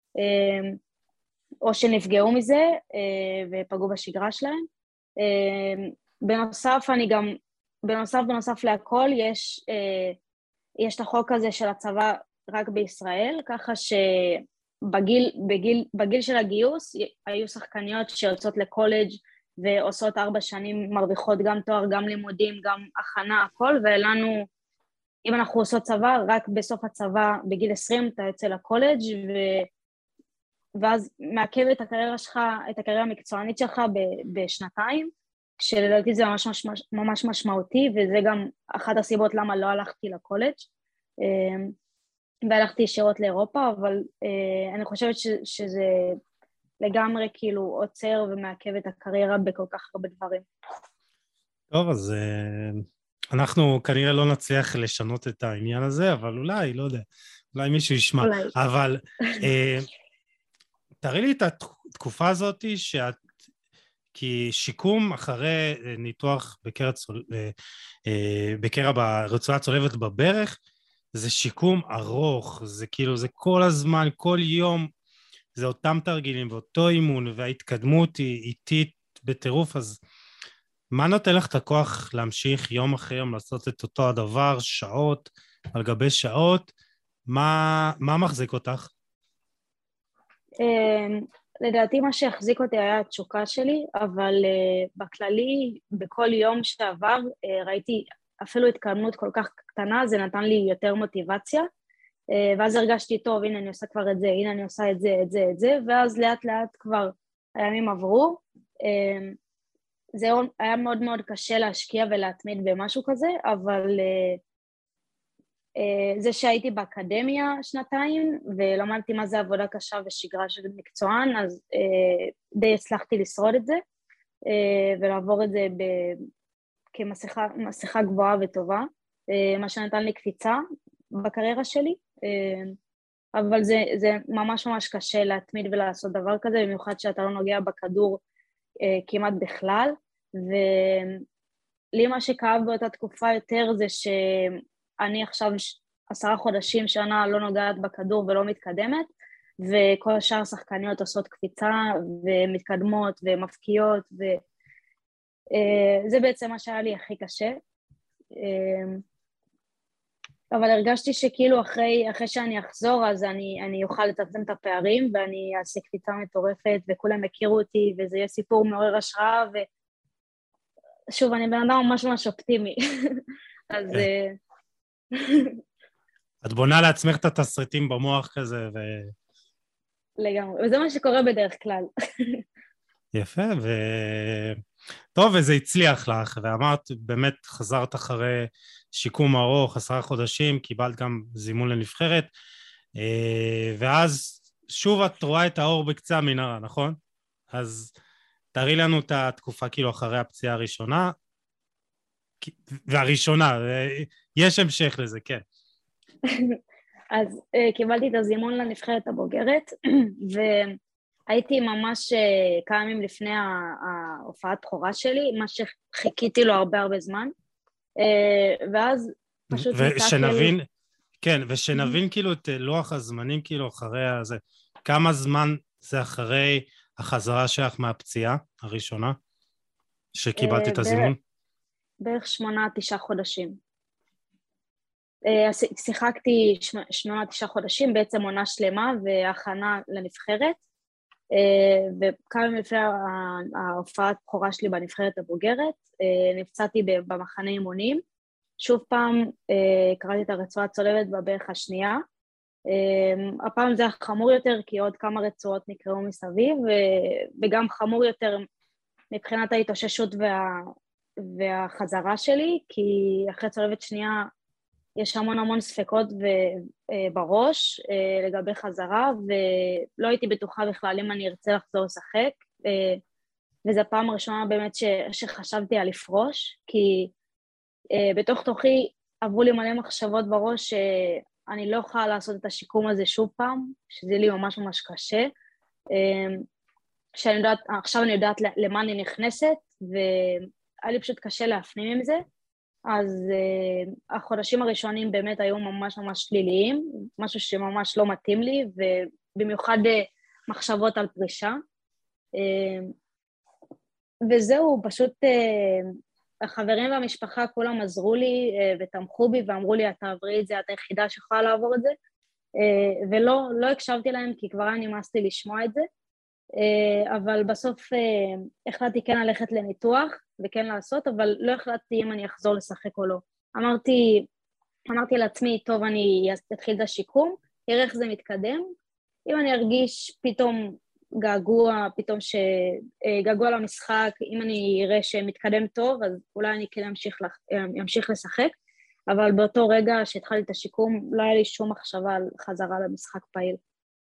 או שנפגעו מזה ופגעו בשגרה שלהם. בנוסף, בנוסף להכל, יש את החוק הזה של הצבא רק בישראל, ככה שבגיל של הגיוס היו שחקניות שיוצאות לקולג' ועושות 4 שנים, מרוויחות גם תואר, גם לימודים, גם הכנה, הכל, ולנו, אם אנחנו עושות צבא, רק בסוף הצבא, בגיל 20, אתה יוצא לקולג' ואז מעכב את הקריירה שלך, את הקריירה המקצוענית שלך בשנתיים, שלדעתי זה ממש משמעותי, וזה גם אחת הסיבות למה לא הלכתי לקולג' והלכתי ישירות לאירופה, אבל אני חושבת שזה לגמרי כאילו עוצר ומעכב את הקריירה בכל כך הרבה דברים. טוב, אז אנחנו כנראה לא נצליח לשנות את העניין הזה, אבל אולי, לא יודע, אולי מישהו ישמע. אולי. אבל תראי לי את התקופה הזאת שאת, כי שיקום אחרי ניתוח בקרע ברצועה צולבת בברך, זה שיקום ארוך, זה כאילו, זה כל הזמן, כל יום, זה אותם תרגילים ואותו אימון, וההתקדמות היא איטית בטירוף, אז מה נותן לך את הכוח להמשיך יום אחרי יום לעשות את אותו הדבר, שעות על גבי שעות? מה מחזיק אותך? לדעתי מה שהחזיק אותי היה התשוקה שלי, אבל בכללי, בכל יום שעבר, ראיתי אפילו התקדמות כל כך קטנה, זה נתן לי יותר מוטיבציה, ואז הרגשתי טוב, הנה אני עושה כבר את זה, הנה אני עושה את זה, את זה, את זה, ואז לאט לאט כבר הימים עברו. זה היה מאוד מאוד קשה להשקיע ולהתמיד במשהו כזה, אבל זה שהייתי באקדמיה 2 ולמדתי מה זה עבודה קשה ושגרה של מקצוען, אז די הצלחתי לשרוד את זה, ולעבור את זה כמסכה גבוהה וטובה, מה שנתן לי קפיצה בקריירה שלי, אבל זה ממש ממש קשה להתמיד ולעשות דבר כזה, במיוחד שאתה לא נוגע בכדור כמעט בכלל, ולי מה שכאב באותה תקופה יותר זה שאני עכשיו 10 חודשים, שנה לא נוגעת בכדור ולא מתקדמת, וכל השאר השחקניות עושות קפיצה ומתקדמות ומפקיעות, וזה בעצם מה שהיה לי הכי קשה. אבל הרגשתי שכאילו אחרי שאני אחזור, אז אני אוכל לצמצם את הפערים, ואני אעשה קפיצה מטורפת, וכולם יכירו אותי, וזה יהיה סיפור מעורר השראה, ושוב, אני בן אדם ממש ממש אופטימי. אז את בונה לעצמך את התסריטים במוח כזה, לגמרי, וזה מה שקורה בדרך כלל. יפה, טוב, וזה הצליח לך, ואמרת, באמת חזרת אחרי שיקום ארוך, 10 חודשים, קיבלת גם זימון לנבחרת, ואז שוב את רואה את האור בקצה המנהרה, נכון? אז תראי לנו את התקופה כאילו אחרי הפציעה הראשונה, והראשונה, יש המשך לזה, כן. אז קיבלתי את הזימון לנבחרת הבוגרת, והייתי ממש כמה ימים לפני ההופעת בכורה שלי, מה שחיכיתי לו הרבה זמן, ואז פשוט ושנבין, כן, ושנבין כאילו את לוח הזמנים כאילו אחרי הזה, כמה זמן זה אחרי החזרה שלך מהפציעה הראשונה, שקיבלתי את הזימון? בערך 8-9 חודשים. שיחקתי 8-9 חודשים, בעצם עונה שלמה והכנה לנבחרת, וכמה לפני ההופעת בחורה שלי בנבחרת הבוגרת, נפצעתי במחנה אימונים, שוב פעם קראתי את הרצועה הצולבת בברך השנייה, הפעם זה היה חמור יותר כי עוד כמה רצועות נקראו מסביב, וגם חמור יותר מבחינת ההתאוששות והחזרה שלי, כי אחרי צולבת שנייה יש המון ספקות בראש לגבי חזרה, ולא הייתי בטוחה בכלל אם אני ארצה לחזור לשחק, וזו הפעם הראשונה באמת שחשבתי על לפרוש, כי בתוך תוכי עברו לי מלא מחשבות בראש שאני לא יכולה לעשות את השיקום הזה שוב פעם, שזה לי ממש קשה, עכשיו אני יודעת למה אני נכנסת, והיה לי פשוט קשה להפנים עם זה, אז החודשים הראשונים באמת היו ממש שליליים, משהו שממש לא מתאים לי, ובמיוחד מחשבות על פרישה. וזהו, פשוט החברים והמשפחה כולם עזרו לי ותמכו בי ואמרו לי, אתה עברי את זה, את היחידה שיכולה לעבור את זה, ולא הקשבתי להם כי כבר היה נמאס לי לשמוע את זה, אבל בסוף החלטתי כן ללכת לניתוח וכן לעשות, אבל לא החלטתי אם אני אחזור לשחק או לא. אמרתי לעצמי, טוב, אני אתחיל את השיקום, תראה איך זה מתקדם, אם אני ארגיש פתאום געגוע למשחק, אם אני אראה שמתקדם טוב, אז אולי אני כן אמשיך לשחק, אבל באותו רגע שהתחלתי את השיקום, לא היה לי שום מחשבה על חזרה למשחק פעיל.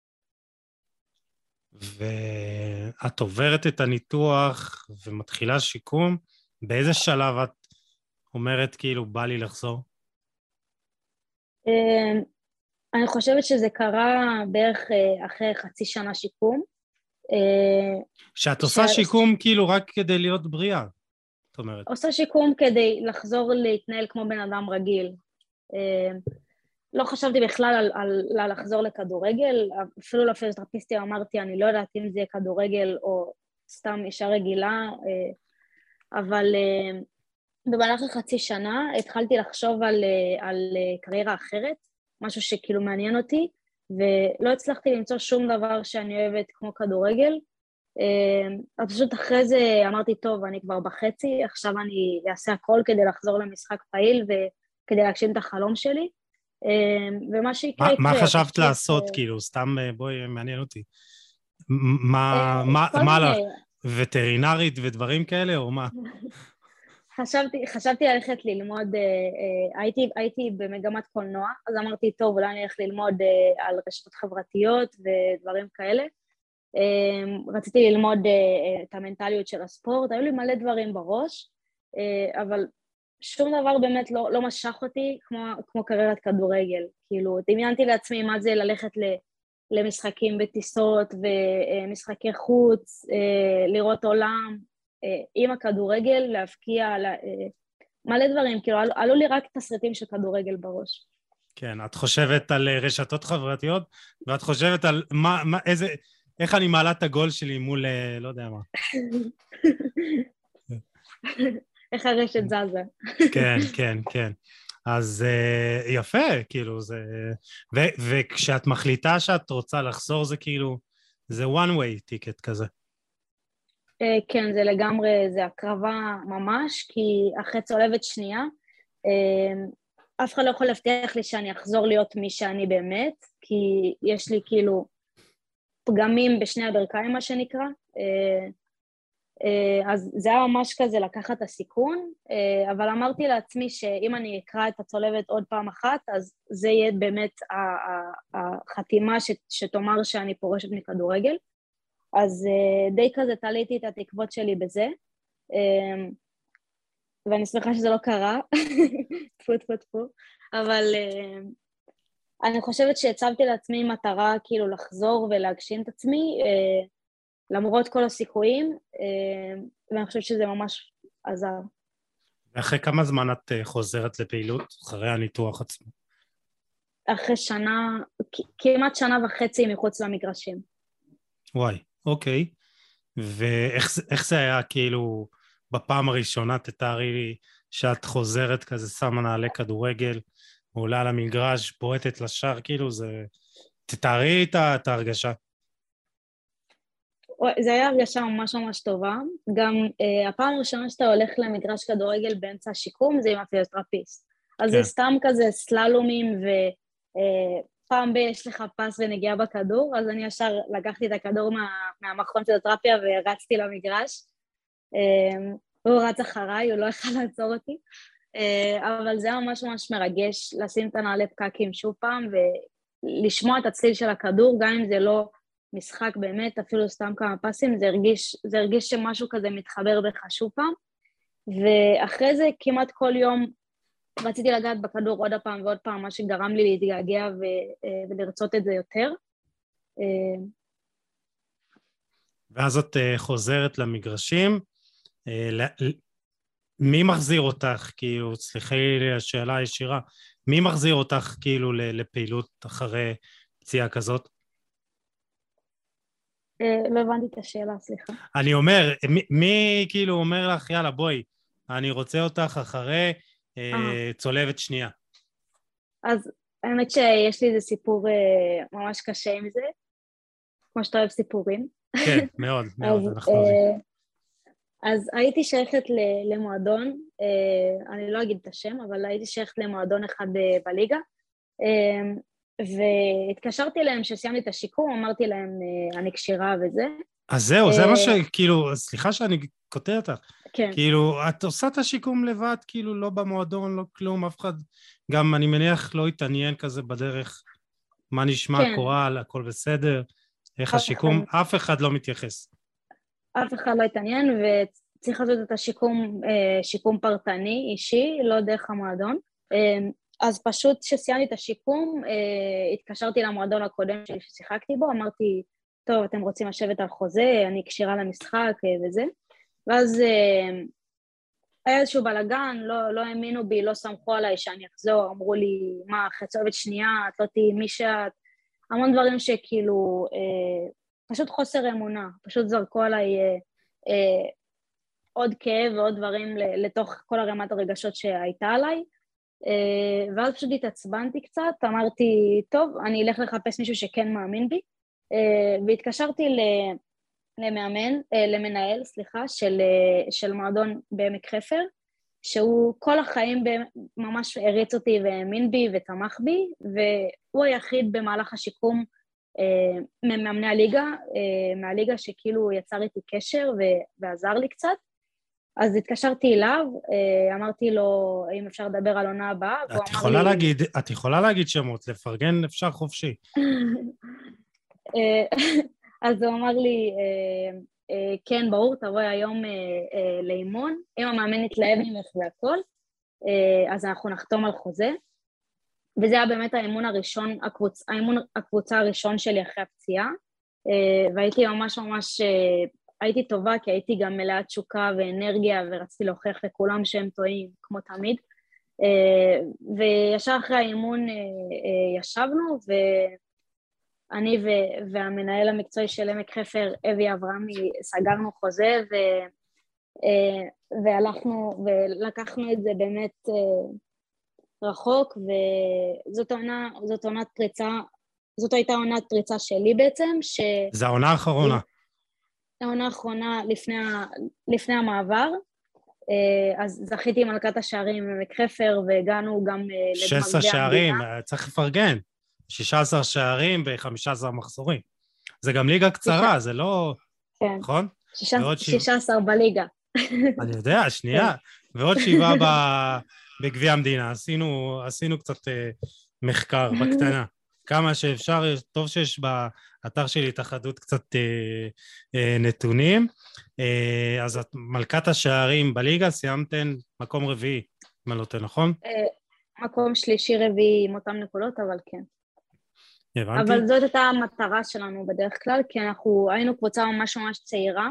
ואת עוברת את הניתוח ומתחילה שיקום, באיזה שלב את אומרת כאילו בא לי לחזור? אני חושבת שזה קרה בערך אחרי חצי שנה שיקום. שאת עושה שיקום כאילו רק כדי להיות בריאה, זאת אומרת. עושה שיקום כדי לחזור להתנהל כמו בן אדם רגיל. לא חשבתי בכלל על לחזור לכדורגל, אפילו לפיזיותרפיסטית אמרתי, אני לא יודעת אם זה יהיה כדורגל או סתם אישה רגילה, אבל במהלך חצי שנה התחלתי לחשוב על קריירה אחרת, משהו שכאילו מעניין אותי, ולא הצלחתי למצוא שום דבר שאני אוהבת כמו כדורגל, אז פשוט אחרי זה אמרתי, טוב, אני כבר בחצי, עכשיו אני אעשה הכל כדי לחזור למשחק פעיל וכדי להגשים את החלום שלי, ומה שיקרה יקרה. מה חשבת לעשות, כאילו, סתם בואי, מעניין אותי. מה, וטרינרית ודברים כאלה, או מה? חשבתי ללכת ללמוד, הייתי במגמת קולנוע, אז אמרתי, טוב, אולי אני אלך ללמוד על רשתות חברתיות ודברים כאלה. רציתי ללמוד את המנטליות של הספורט, היו לי מלא דברים בראש, אבל שום דבר באמת לא משך אותי כמו קריירת כדורגל. כאילו, דמיינתי לעצמי מה זה ללכת למשחקים בטיסות ומשחקי חוץ, לראות עולם, עם הכדורגל, להפקיע, מלא דברים, כאילו, עלו לי רק תסריטים של כדורגל בראש. כן, את חושבת על רשתות חברתיות, ואת חושבת על איך אני מעלה את הגול שלי מול, לא יודע מה. איך הרשת זזה. כן. אז יפה, כאילו, זה... וכשאת מחליטה שאת רוצה לחזור, זה כאילו, זה one way ticket כזה. כן, זה לגמרי, זה הקרבה ממש, כי אחרי צולבת שנייה, אף אחד לא יכול להבטיח לי שאני אחזור להיות מי שאני באמת, כי יש לי כאילו פגמים בשני הברכיים, מה שנקרא, אז זה היה ממש כזה לקחת את הסיכון, אבל אמרתי לעצמי שאם אני אקרא את הצולבת עוד פעם אחת, אז זה יהיה באמת החתימה שתאמר שאני פורשת מכדורגל, אז די כזה תליתי את התקוות שלי בזה, ואני שמחה שזה לא קרה, טפו, אבל אני חושבת שהצבתי לעצמי מטרה כאילו לחזור ולהגשים את עצמי, למרות כל הסיכויים, ואני חושבת שזה ממש עזר. ואחרי כמה זמן את חוזרת לפעילות, אחרי הניתוח עצמו? אחרי שנה, כמעט שנה וחצי מחוץ למגרשים. וואי, אוקיי. ואיך זה היה כאילו בפעם הראשונה, תתארי לי שאת חוזרת כזה, שמה נעלי כדורגל, עולה על המגרש, בועטת לשער, כאילו זה... תתארי את ההרגשה. זה היה הרגשה ממש ממש טובה. גם הפעם הראשונה שאתה הולך למגרש כדורגל באמצע השיקום, זה עם הפיזיותרפיסט. אז זה כן. סתם כזה סללומים, ופעם יש לך פס ונגיעה בכדור, אז אני ישר לקחתי את הכדור מהמכון פיזיותרפיה ורצתי למגרש. הוא רץ אחריי, הוא לא יכול לעצור אותי. אבל זה היה ממש ממש מרגש לשים את הנעלי פקקים שוב פעם, ולשמוע את הצליל של הכדור, גם אם זה לא משחק באמת, אפילו סתם כמה פסים, זה הרגיש שמשהו כזה מתחבר בך שוב פעם. ואחרי זה כמעט כל יום רציתי לגעת בכדור עוד הפעם ועוד פעם, מה שגרם לי להתגעגע ולרצות את זה יותר. ואז את חוזרת למגרשים, מי מחזיר אותך, כאילו, סליחי לי השאלה הישירה, מי מחזיר אותך כאילו לפעילות אחרי פציעה כזאת? לא הבנתי את השאלה, סליחה. אני אומר, מי כאילו אומר לך, יאללה בואי, אני רוצה אותך אחרי צולבת שנייה. אז האמת שיש לי איזה סיפור ממש קשה עם זה, כמו שאתה אוהב סיפורים. כן, מאוד, מאוד, אנחנו אוהבים. אז הייתי שייכת למועדון, אני לא אגיד את השם, אבל הייתי שייכת למועדון אחד בליגה, והתקשרתי אליהם שסיימתי את השיקום, אמרתי להם אני קשירה וזה. אז זהו, זה מה שכאילו, סליחה שאני קוטע אותך, כן. כאילו, את עושה את השיקום לבד, כאילו לא במועדון, לא כלום, אף אחד, גם אני מניח לא התעניין כזה בדרך, מה נשמע, כן. קורל, הכל בסדר, איך השיקום, אף אחד לא מתייחס. אף אחד לא התעניין, וצריך לעשות את השיקום, שיקום פרטני, אישי, לא דרך המועדון. אז פשוט כשסיימתי את השיקום, התקשרתי למועדון הקודם שלי ששיחקתי בו, אמרתי, טוב, אתם רוצים לשבת על חוזה, אני קשירה למשחק וזה. ואז היה איזשהו בלגן, לא האמינו בי, לא סמכו עליי שאני אחזור, אמרו לי, מה, אחרי צוות שנייה, את לא תהיי מי שאת, המון דברים שכאילו, פשוט חוסר אמונה, פשוט זרקו עליי עוד כאב ועוד דברים לתוך כל הרמת הרגשות שהייתה עליי, ואז פשוט התעצבנתי קצת, אמרתי, טוב, אני אלך לחפש מישהו שכן מאמין בי, והתקשרתי למנהל, של מועדון בעמק חפר, שהוא כל החיים ממש הריץ אותי והאמין בי ותמך בי, והוא היחיד במהלך השיקום ממאמני הליגה, מהליגה שכאילו יצר איתי קשר ועזר לי קצת. אז התקשרתי אליו, אמרתי לו אם אפשר לדבר על עונה הבאה, את יכולה להגיד שמות, לפרגן אפשר חופשי. אז הוא אמר לי, כן, ברור, תבואי היום לאימון, אם המאמן יתלהב ממך והכל, אז אנחנו נחתום על חוזה, וזה היה באמת האימון הראשון, הקבוצה הראשון שלי אחרי הפציעה, והייתי ממש ממש, הייתי טובה, כי הייתי גם מלאת תשוקה ואנרגיה, ורציתי להוכיח לכולם שהם טועים, כמו תמיד, וישר אחרי האימון ישבנו, אני והמנהל המקצועי של עמק חפר, אבי אברהמי, סגרנו חוזה, והלכנו ולקחנו את זה באמת רחוק, זאת הייתה עונת פריצה שלי בעצם, זה העונה האחרונה. העונה האחרונה לפני המעבר, אז זכיתי מלכת השערים עמק חפר, והגענו גם לגמר גביע 16 שערים, צריך לפרגן. 16 שערים ב-15 מחזורים. זה גם ליגה קצרה, זה לא... כן. נכון? 16 בליגה. אני יודע, שנייה. ועוד 7 בגביע המדינה. עשינו קצת מחקר בקטנה. כמה שאפשר, טוב שיש באתר שלי התאחדות קצת נתונים. אז את מלכת השערים בליגה, סיימתן מקום רביעי, אם אני לא טועה, נכון? מקום שלישי רביעי עם אותם נקודות, אבל כן. הבנתי. אבל זאת הייתה המטרה שלנו בדרך כלל, כי אנחנו היינו קבוצה ממש ממש צעירה,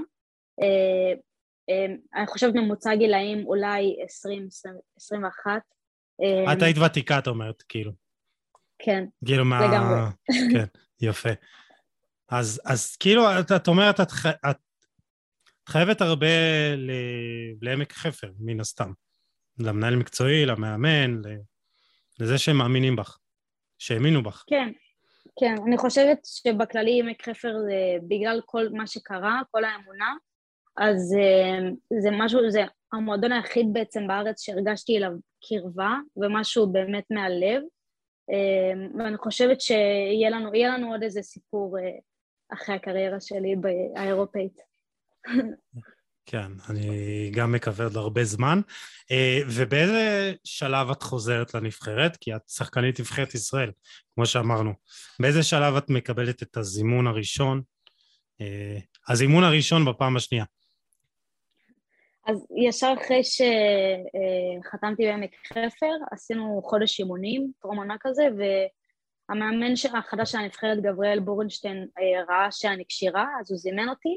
אני חושבת ממוצע גילאים אולי 20-21. את היית ותיקה, את אומרת, כאילו. כן, לגמרי. כן, יפה. אז כאילו, את אומרת, את חייבת הרבה לעמק חפר, מן הסתם. למנהל מקצועי, למאמן, לזה שהם מאמינים בך, שהאמינו בך. כן, כן, אני חושבת שבכללי עמק חפר זה בגלל כל מה שקרה, כל האמונה, אז זה משהו, זה המועדון היחיד בעצם בארץ שהרגשתי אליו קרבה, ומשהו באמת מהלב, ואני חושבת יהיה לנו עוד איזה סיפור אחרי הקריירה שלי באירופאית. כן, אני גם מקווה עוד הרבה זמן. ובאיזה שלב את חוזרת לנבחרת? כי את שחקנית נבחרת ישראל, כמו שאמרנו. באיזה שלב את מקבלת את הזימון הראשון? הזימון הראשון בפעם השנייה. אז ישר אחרי שחתמתי בעמק חפר, עשינו חודש אימונים, טרום עונה כזה, והמאמן החדש של הנבחרת, גבריאל בורנשטיין, ראה שאני כשירה, אז הוא זימן אותי.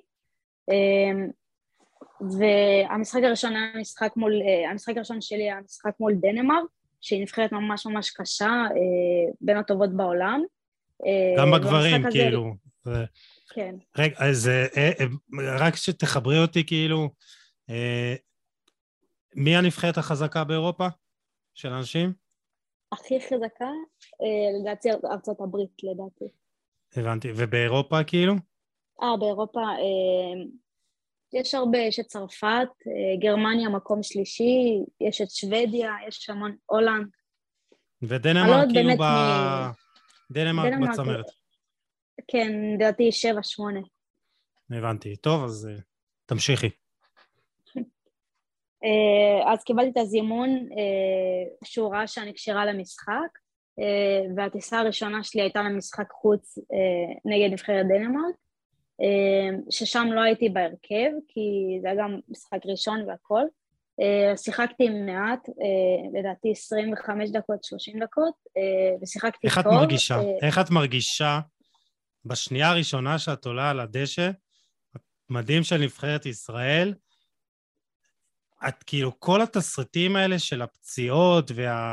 והמשחק הראשון היה המשחק הראשון שלי היה משחק מול דנמרק, שהיא נבחרת ממש ממש קשה, בין הטובות בעולם. גם בגברים, כאילו. כן. רגע, אז רק שתחברי אותי, כאילו, מי הנבחרת החזקה באירופה של אנשים? הכי חזקה, לדעתי ארצות הברית, לדעתי. הבנתי, ובאירופה, כאילו? באירופה יש הרבה, יש את צרפת, גרמניה מקום שלישי, יש את שוודיה, יש המון הולנד. ודנמרק כאילו דנמרק בצמרת. כן, לדעתי 7-8. הבנתי, טוב, אז תמשיכי. אז קיבלתי את הזימון שהוא ראה שאני כשירה למשחק, והטיסה הראשונה שלי הייתה למשחק חוץ נגד נבחרת דנמרק, ששם לא הייתי בהרכב, כי זה היה גם משחק ראשון והכל. שיחקתי מעט, לדעתי 25 דקות, 30 דקות, ושיחקתי טוב. איך את מרגישה בשנייה הראשונה שאת עולה על הדשא, מדהים של נבחרת ישראל, את כאילו כל התסריטים האלה של הפציעות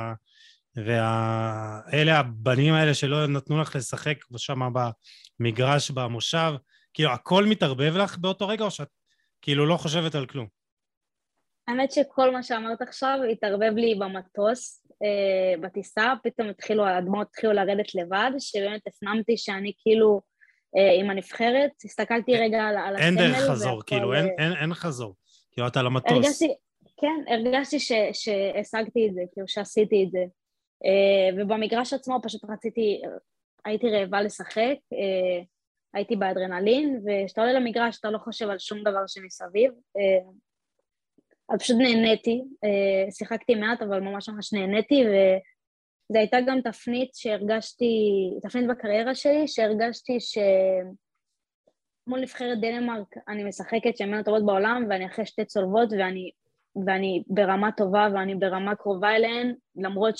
אלה הבנים האלה שלא נתנו לך לשחק שם במגרש במושב, כאילו הכל מתערבב לך באותו רגע או שאת כאילו לא חושבת על כלום? האמת שכל מה שאמרת עכשיו התערבב לי במטוס, בטיסה, פתאום הדמעות התחילו לרדת לבד, שבאמת הפנמתי שאני כאילו עם הנבחרת, הסתכלתי רגע על הסמל. אין דרך חזור, כאילו אין חזור, כאילו אתה על המטוס. הרגשתי שהשגתי את זה, כאילו שעשיתי את זה, ובמגרש עצמו פשוט הייתי רעבה לשחק, הייתי באדרנלין, וכשאתה עולה למגרש אתה לא חושב על שום דבר שמסביב, אז פשוט נהניתי, שיחקתי מעט אבל ממש ממש נהניתי, וזו הייתה גם תפנית בקריירה שלי, שהרגשתי מול נבחרת דנמרק אני משחקת שהן בין הטובות בעולם, ואני אחרי 2 צולבות, ואני ברמה טובה, ואני ברמה קרובה אליהן, למרות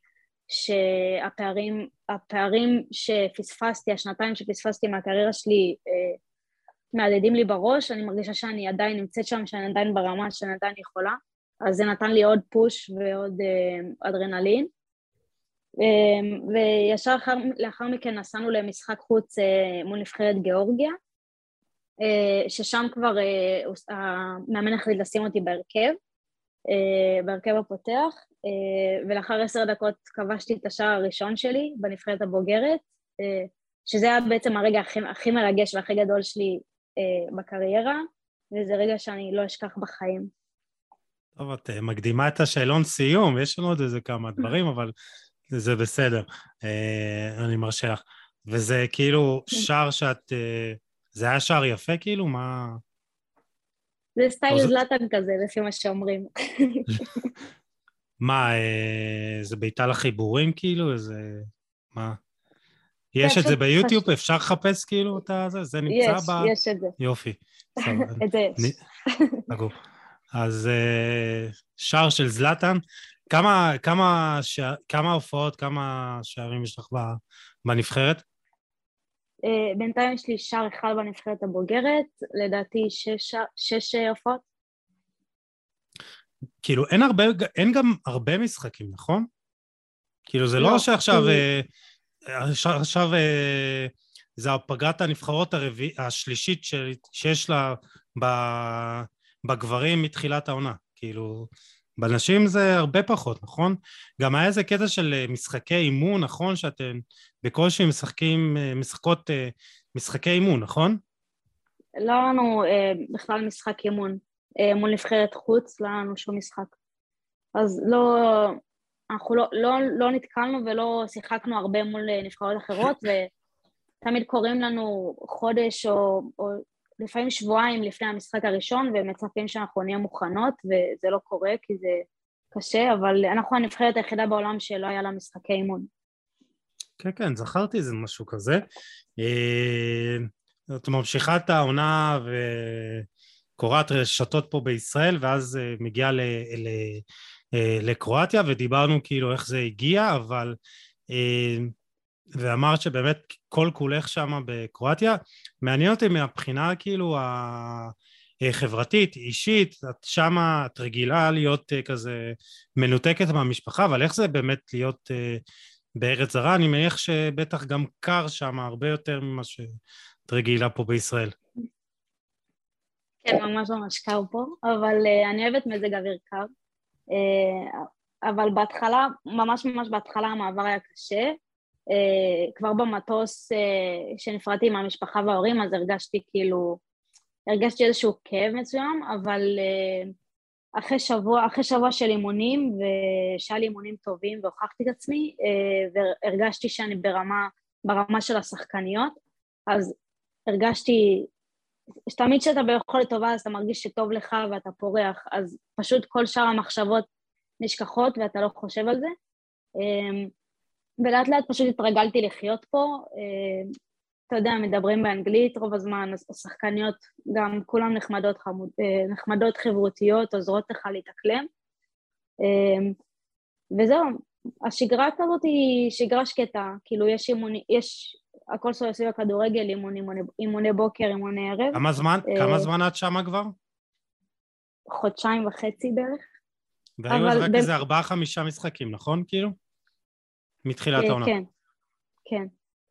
שהפערים שפספסתי, השנתיים שפספסתי מהקריירה שלי, מעדדים לי בראש, אני מרגישה שאני עדיין נמצאת שם, שאני עדיין ברמה, שאני עדיין יכולה, אז זה נתן לי עוד פוש ועוד אדרנלין, וישר לאחר מכן נסענו למשחק חוץ מול נבחרת גיאורגיה, ששם כבר המאמן החליט לשים אותי בהרכב הפותח, ולאחר 10 דקות כבשתי את השער הראשון שלי בנבחרת הבוגרת, שזה היה בעצם הרגע הכי מרגש והכי גדול שלי בקריירה, וזה רגע שאני לא אשכח בחיים. טוב, את מקדימה את השאלון סיום, יש לנו עוד איזה כמה דברים, אבל זה בסדר, אני מרשה לך. וזה כאילו שער זה היה שער יפה כאילו? מה? זה סטייל זלאטן כזה, לפי מה שאומרים. מה, זה בעיטה לחיבורים כאילו? מה? יש את זה ביוטיוב? אפשר לחפש כאילו את זה? זה נמצא יש את זה. יופי. את זה יש. אז שער של זלאטן, כמה הופעות, כמה שערים יש לך בנבחרת? בינתיים יש לי שער אחד בנבחרת הבוגרת, לדעתי 6 הופעות. כאילו אין גם הרבה משחקים, נכון? כאילו זה לא שעכשיו זה הפגרת הנבחרות השלישית שיש לה בגברים מתחילת העונה, כאילו בנשים זה הרבה פחות, נכון? גם היה איזה קטע של משחקי אימון, נכון? שאתן בקושי משחקות משחקי אימון, נכון? לא היה לנו בכלל משחק אימון, מול נבחרת חוץ, לא היה לנו שום משחק. אז לא, אנחנו לא נתקלנו ולא שיחקנו הרבה מול נבחרות אחרות, ותמיד קוראים לנו חודש או לפעמים שבועיים לפני המשחק הראשון, ומצפים שאנחנו נהיה מוכנות, וזה לא קורה כי זה קשה, אבל אנחנו הנבחרת היחידה בעולם שלא היה לה משחקי אימון. כן, כן, זכרתי איזה משהו כזה. את ממשיכה את העונה וקוראת רשתות פה בישראל, ואז מגיעה לקרואטיה, ודיברנו כאילו איך זה הגיע, אבל ואמרת שבאמת כל כולך שם בקרואטיה. מעניין אותי מהבחינה כאילו החברתית, אישית, את שמה, את רגילה להיות כזה מנותקת מהמשפחה, אבל איך זה באמת להיות בארץ זרה? אני מניח שבטח גם קר שם הרבה יותר ממה שאת רגילה פה בישראל. כן, ממש ממש קר פה, אבל אני אוהבת מזג אוויר קר. אבל בהתחלה, ממש ממש בהתחלה המעבר היה קשה. כבר במטוס שנפרדתי עם המשפחה וההורים, אז הרגשתי איזשהו כאב מסוים, אבל אחרי שבוע של אימונים, ושהיה לי אימונים טובים והוכחתי את עצמי, והרגשתי שאני ברמה של השחקניות, אז הרגשתי שתמיד כשאתה ביכולת טובה, אז אתה מרגיש שטוב לך ואתה פורח, אז פשוט כל שאר המחשבות נשכחות ואתה לא חושב על זה. ולאט לאט פשוט התרגלתי לחיות פה. אתה יודע, מדברים באנגלית רוב הזמן, השחקניות גם כולם נחמדות חברותיות, עוזרות לך להתאקלם. וזהו, השגרה כזאת היא שגרה שקטה, כאילו יש הכל סביב הכדורגל, אימוני בוקר, אימוני ערב. כמה זמן את שמה כבר? חודשיים וחצי בערך. והיו אז רק איזה 4-5 משחקים, נכון? כאילו? מתחילת העונה. כן, כן.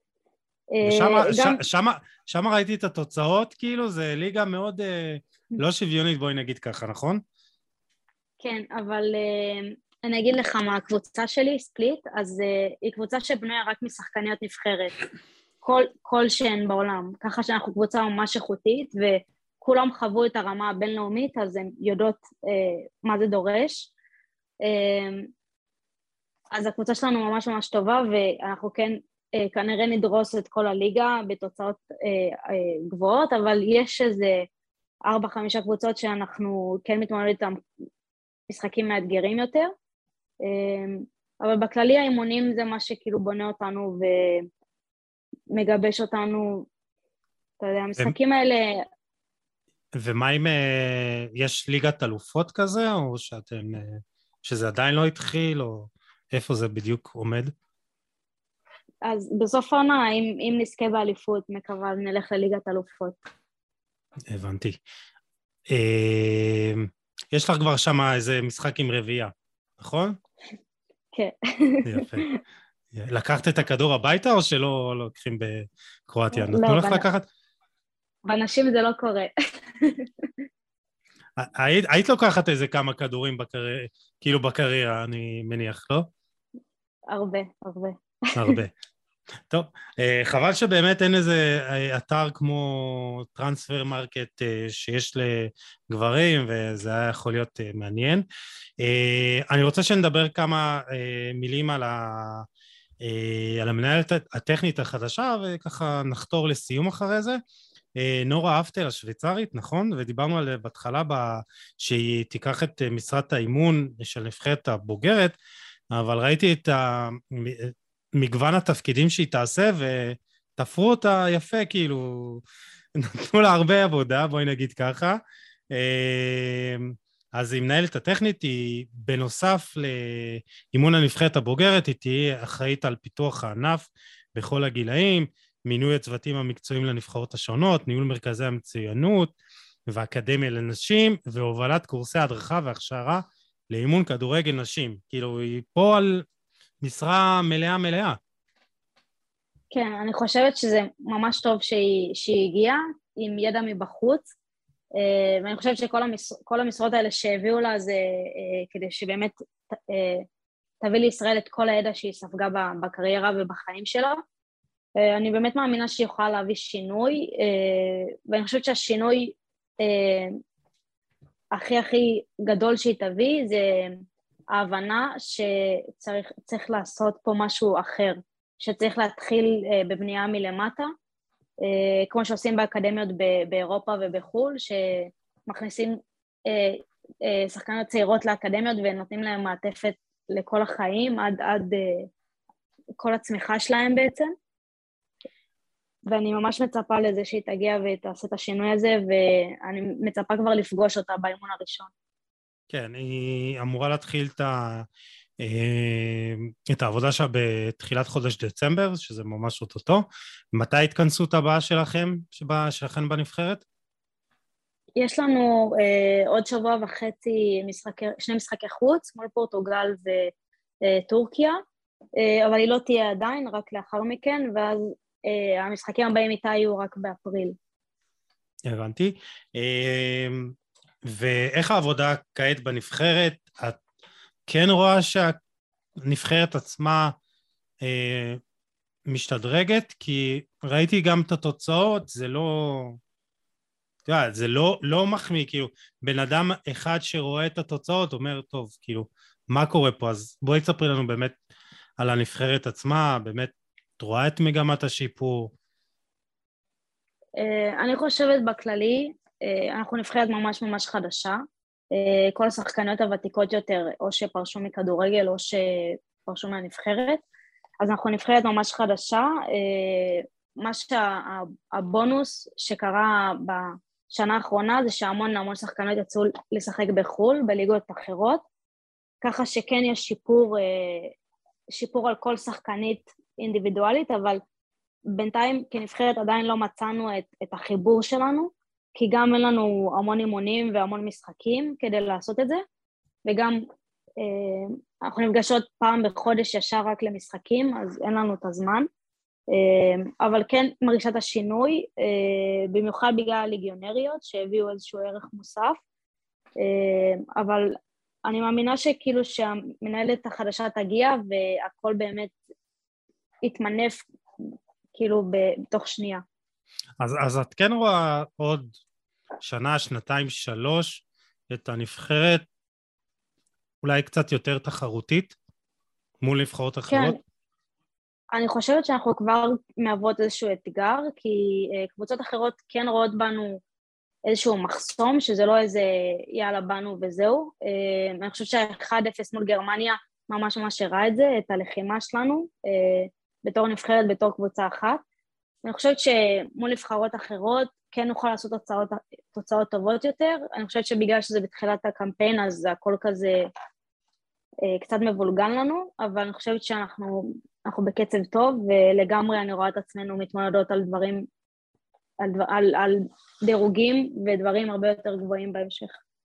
ושם ראיתי את התוצאות, כאילו, זה ליגה מאוד לא שוויונית, בואי נגיד ככה, נכון? כן, אבל אני אגיד לך מה, הקבוצה שלי, ספליט, אז היא קבוצה שבנויה רק משחקניות נבחרת, כל שהן בעולם, ככה שאנחנו קבוצה ממש איכותית, וכולם חוו את הרמה הבינלאומית, אז הן יודעות מה זה דורש. אז הקבוצה שלנו ממש ממש טובה, ואנחנו כן כנראה נדרוס את כל הליגה בתוצאות גבוהות, אבל יש איזה 4-5 קבוצות שאנחנו כן מתמודדים איתם משחקים מאתגרים יותר, אבל בכללי האימונים זה מה שכאילו בונה אותנו ומגבש אותנו, אתה יודע, המשחקים האלה... ומה אם יש ליגת אלופות כזה, או שזה עדיין לא התחיל, או איפה זה בדיוק עומד? אז בסוף העונה, אם נזכה באליפות, מקווה, נלך לליגת אלופות. הבנתי. יש לך כבר שם איזה משחק עם רביעייה, נכון? כן. יפה. לקחת את הכדור הביתה או שלא לוקחים בקרואטיה? נתנו לך לקחת? בנשים זה לא קורה. היית לוקחת איזה כמה כדורים כאילו בקריירה, אני מניח, לא? הרבה. הרבה. טוב, חבל שבאמת אין איזה אתר כמו טרנספר מרקט שיש לגברים, וזה היה יכול להיות מעניין. אני רוצה שנדבר כמה מילים על המנהלת הטכנית החדשה, וככה נחתור לסיום אחרי זה. נורה אפטל השוויצרית, נכון? ודיברנו על בהתחלה שהיא תיקח את משרת האימון של נבחרת הבוגרת, אבל ראיתי את מגוון התפקידים שהיא תעשה, ותפרו אותה יפה, כאילו, נתנו לה הרבה עבודה, בואי נגיד ככה. אז היא מנהלת הטכנית, היא בנוסף לאימון הנבחרת הבוגרת, היא תהיה אחראית על פיתוח הענף בכל הגילאים, מינוי הצוותים המקצועיים לנבחרות השונות, ניהול מרכזי המצוינות ואקדמיה לנשים, והובלת קורסי הדרכה והכשרה לאימון כדורגל נשים. כאילו, היא פה על משרה מלאה. כן, אני חושבת שזה ממש טוב שהיא הגיעה עם ידע מבחוץ, ואני חושבת שכל המשרות האלה שהביאו לה זה כדי שבאמת תביא לישראל את כל הידע שהיא ספגה בקריירה ובחיים שלה. אני באמת מאמינה שהיא יכולה להביא שינוי, ואני חושבת שהשינוי הכי גדול שהיא תביא זה ההבנה שצריך לעשות פה משהו אחר, שצריך להתחיל בבנייה מלמטה, כמו שעושים באקדמיות באירופה ובחול, שמכניסים שחקניות צעירות לאקדמיות ונותנים להם מעטפת לכל החיים, עד כל הצמיחה שלהם בעצם. ואני ממש מצפה לזה שהיא תגיע ותעשה את השינוי הזה, ואני מצפה כבר לפגוש אותה באימון הראשון. כן, היא אמורה להתחיל את העבודה שלה בתחילת חודש דצמבר, שזה ממש אותו. מתי ההתכנסות הבאה שלכם בנבחרת? יש לנו עוד שבוע וחצי שני משחקי חוץ, מול פורטוגל וטורקיה, אבל היא לא תהיה עדיין, רק לאחר מכן, ואז המשחקים הבאים איתה יהיו רק באפריל. הבנתי. ואיך העבודה כעת בנבחרת? את כן רואה שהנבחרת עצמה משתדרגת? כי ראיתי גם את התוצאות, זה לא מחמיא, כאילו, בן אדם אחד שרואה את התוצאות אומר, טוב, כאילו, מה קורה פה? אז בואי תספרי לנו באמת על הנבחרת עצמה, באמת, את רואה את מגמת השיפור? אני חושבת בכללי, אנחנו נבחרת ממש ממש חדשה, כל השחקניות הוותיקות יותר, או שפרשו מכדורגל, או שפרשו מהנבחרת, אז אנחנו נבחרת ממש חדשה, מה שהבונוס שקרה בשנה האחרונה, זה שהמון שחקניות יצאו לשחק בחול, בליגות אחרות, ככה שכן יש שיפור על כל שחקנית אינדיבידואלית, אבל בינתיים כנבחרת עדיין לא מצאנו את החיבור שלנו, כי גם אין לנו המון אימונים והמון משחקים כדי לעשות את זה, וגם אנחנו נפגשות פעם בחודש ישר רק למשחקים, אז אין לנו את הזמן, אבל כן מרגישה את השינוי, במיוחד בגלל הליגיונריות שהביאו איזשהו ערך מוסף, אבל אני מאמינה שכאילו שהמנהלת החדשה תגיע והכל באמת יתמנף כאילו בתוך שנייה. אז את כן רואה עוד שנה, שנתיים, 3 את הנבחרת אולי קצת יותר תחרותית מול נבחרות אחרות? כן, אני חושבת שאנחנו כבר מהוות איזשהו אתגר, כי קבוצות אחרות כן רואות בנו איזשהו מחסום, שזה לא איזה יאללה בנו וזהו. אני חושבת שה-1-0 מול גרמניה ממש ממש הראה את זה, את הלחימה שלנו, בתור נבחרת, בתור קבוצה אחת. אני חושבת שמול נבחרות אחרות כן נוכל לעשות תוצאות טובות יותר. אני חושבת שבגלל שזה בתחילת הקמפיין, אז הכל כזה קצת מבולגן לנו, אבל אני חושבת שאנחנו בקצב טוב, ולגמרי אני רואה את עצמנו מתמודדות על דברים, על דירוגים ודברים הרבה יותר גבוהים בהמשך.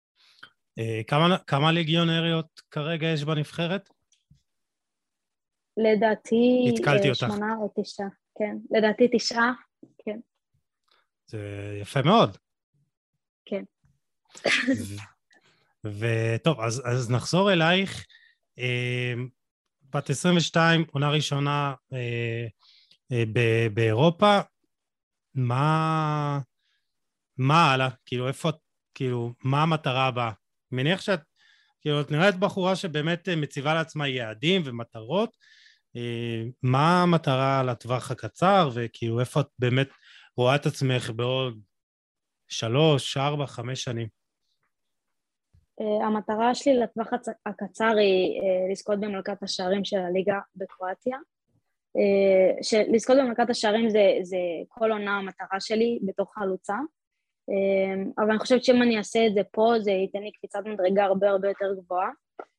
כמה ליגיונריות כרגע יש בנבחרת? לדעתי 8 או 9, כן. לדעתי 9, כן. זה יפה מאוד. כן. וטוב, אז נחזור אלייך. בת 22, עונה ראשונה באירופה. מה הלאה? כאילו, מה המטרה הבאה? מניח שאת, כאילו, את נראית בחורה שבאמת מציבה לעצמה יעדים ומטרות. מה המטרה לטווח הקצר, וכאילו, איפה את באמת רואה את עצמך בעוד 3, 4, 5 שנים? המטרה שלי לטווח הקצר היא לזכות במלכת השערים של הליגה בקרואטיה. לזכות במלכת השערים זה כל עונה המטרה שלי בתוך חלוצה, אבל אני חושבת שאם אני אעשה את זה פה, זה ייתן לי קפיצת מדרגה הרבה הרבה יותר גבוהה,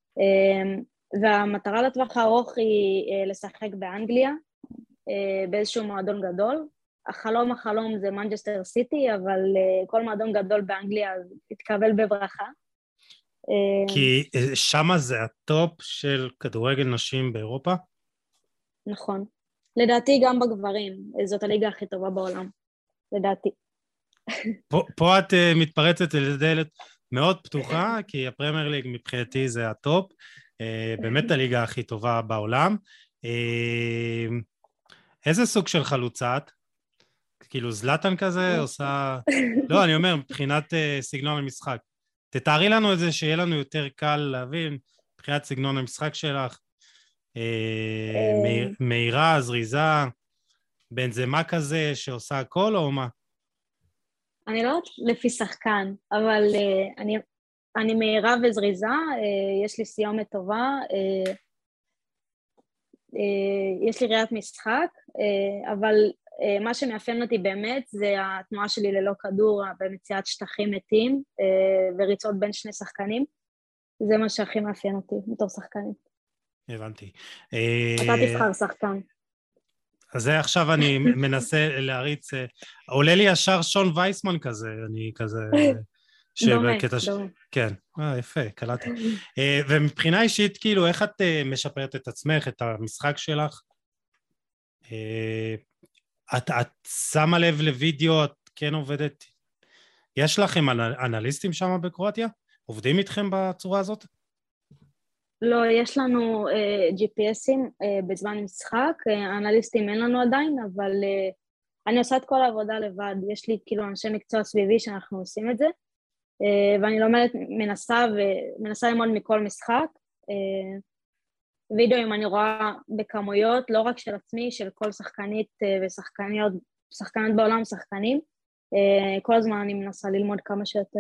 והמטרה לטווח הארוך היא לשחק באנגליה, באיזשהו מועדון גדול. החלום זה מנצ'סטר סיטי, אבל כל מועדון גדול באנגליה יתקבל בברכה. כי שמה זה הטופ של כדורגל נשים באירופה? נכון. לדעתי גם בגברים, זאת הליגה הכי טובה בעולם, לדעתי. פה את מתפרצת לדלת מאוד פתוחה, כי הפרמייר ליג מבחינתי זה הטופ, באמת הליגה הכי טובה בעולם. איזה סוג של חלוצה את? כאילו זלטן כזה עושה... לא, אני אומר, מבחינת סגנון המשחק. תתארי לנו את זה שיהיה לנו יותר קל להבין, מבחינת סגנון המשחק שלך, מהירה, זריזה, בנזמה כזה שעושה הכל או מה? אני לא יודעת לפי שחקן, אבל אני מהירה וזריזה, יש לי סיומת טובה, יש לי ראיית משחק, אבל מה שמאפיין אותי באמת זה התנועה שלי ללא כדור במציאת שטחים מתים וריצות בין שני שחקנים. זה מה שהכי מאפיין אותי בתור שחקנית. הבנתי. אתה תבחר שחקן. אז זה עכשיו אני מנסה להריץ, עולה לי ישר שון וייסמן כזה, אני כזה... דומה. כן, יפה, קלטתי. ומבחינה אישית, כאילו, איך את משפרת את עצמך, את המשחק שלך? את שמה לב לוידאו, את כן עובדת? יש לכם אנליסטים שם בקרואטיה? עובדים איתכם בצורה הזאת? לא, יש לנו GPSים בזמן משחק, אנליסטים אין לנו עדיין, אבל אני עושה את כל העבודה לבד, יש לי כאילו אנשי מקצוע סביבי שאנחנו עושים את זה, ואני לומדת, מנסה ללמוד מכל משחק, וידאוים אני רואה בכמויות, לא רק של עצמי, של כל שחקנית ושחקניות, שחקניות בעולם, כל הזמן אני מנסה ללמוד כמה שיותר.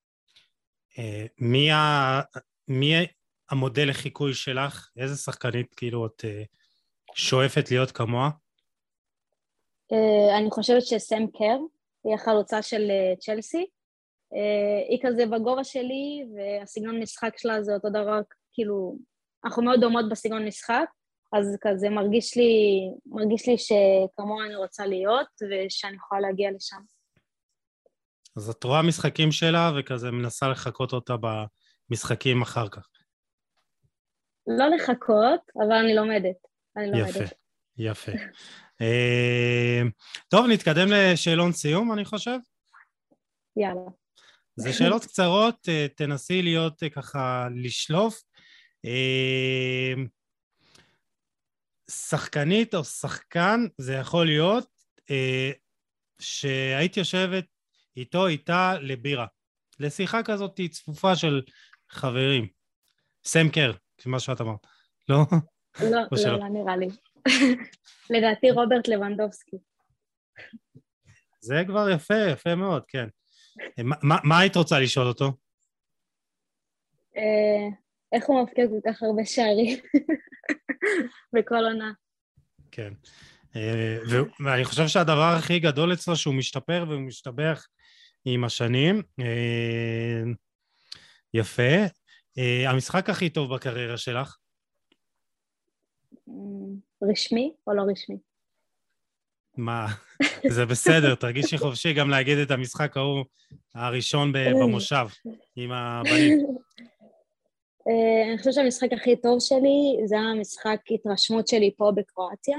מי המודל לחיקוי שלך? איזה שחקנית כאילו את שואפת להיות כמוה? אני חושבת שסם קר, היא החלוצה של צ'לסי, היא כזה בגובה שלי, והסגנון משחק שלה זה אותו דבר, כאילו, אנחנו מאוד דומות בסגנון משחק, אז כזה מרגיש לי שכמוה אני רוצה להיות, ושאני יכולה להגיע לשם. אז את רואה משחקים שלה, וכזה מנסה לחכות אותה במשחקים אחר כך. לא לחכות, אבל אני לומדת. יפה. טוב, נתקדם לשאלון סיום, אני חושב. יאללה. זה שאלות קצרות, תנסי להיות ככה לשלוף. שחקנית או שחקן, זה יכול להיות שהיית יושבת איתה לבירה. לשיחה כזאת צפופה של חברים. סם קר, כמו שאת אמרת. לא? לא נראה לי. לדעתי רוברט לבנדובסקי. זה כבר יפה מאוד, כן. מה היית רוצה לשאול אותו? איך הוא מפקיע כל כך הרבה שערים בכל עונה. כן. ואני חושב שהדבר הכי גדול אצלו שהוא משתפר והוא משתבח עם השנים. יפה. המשחק הכי טוב בקריירה שלך? רשמי או לא רשמי? מה? זה בסדר, תרגישי חופשי גם להגיד את המשחק ההוא הראשון במושב עם הבנים. אני חושבת שהמשחק הכי טוב שלי זה המשחק התרשמות שלי פה בקרואטיה,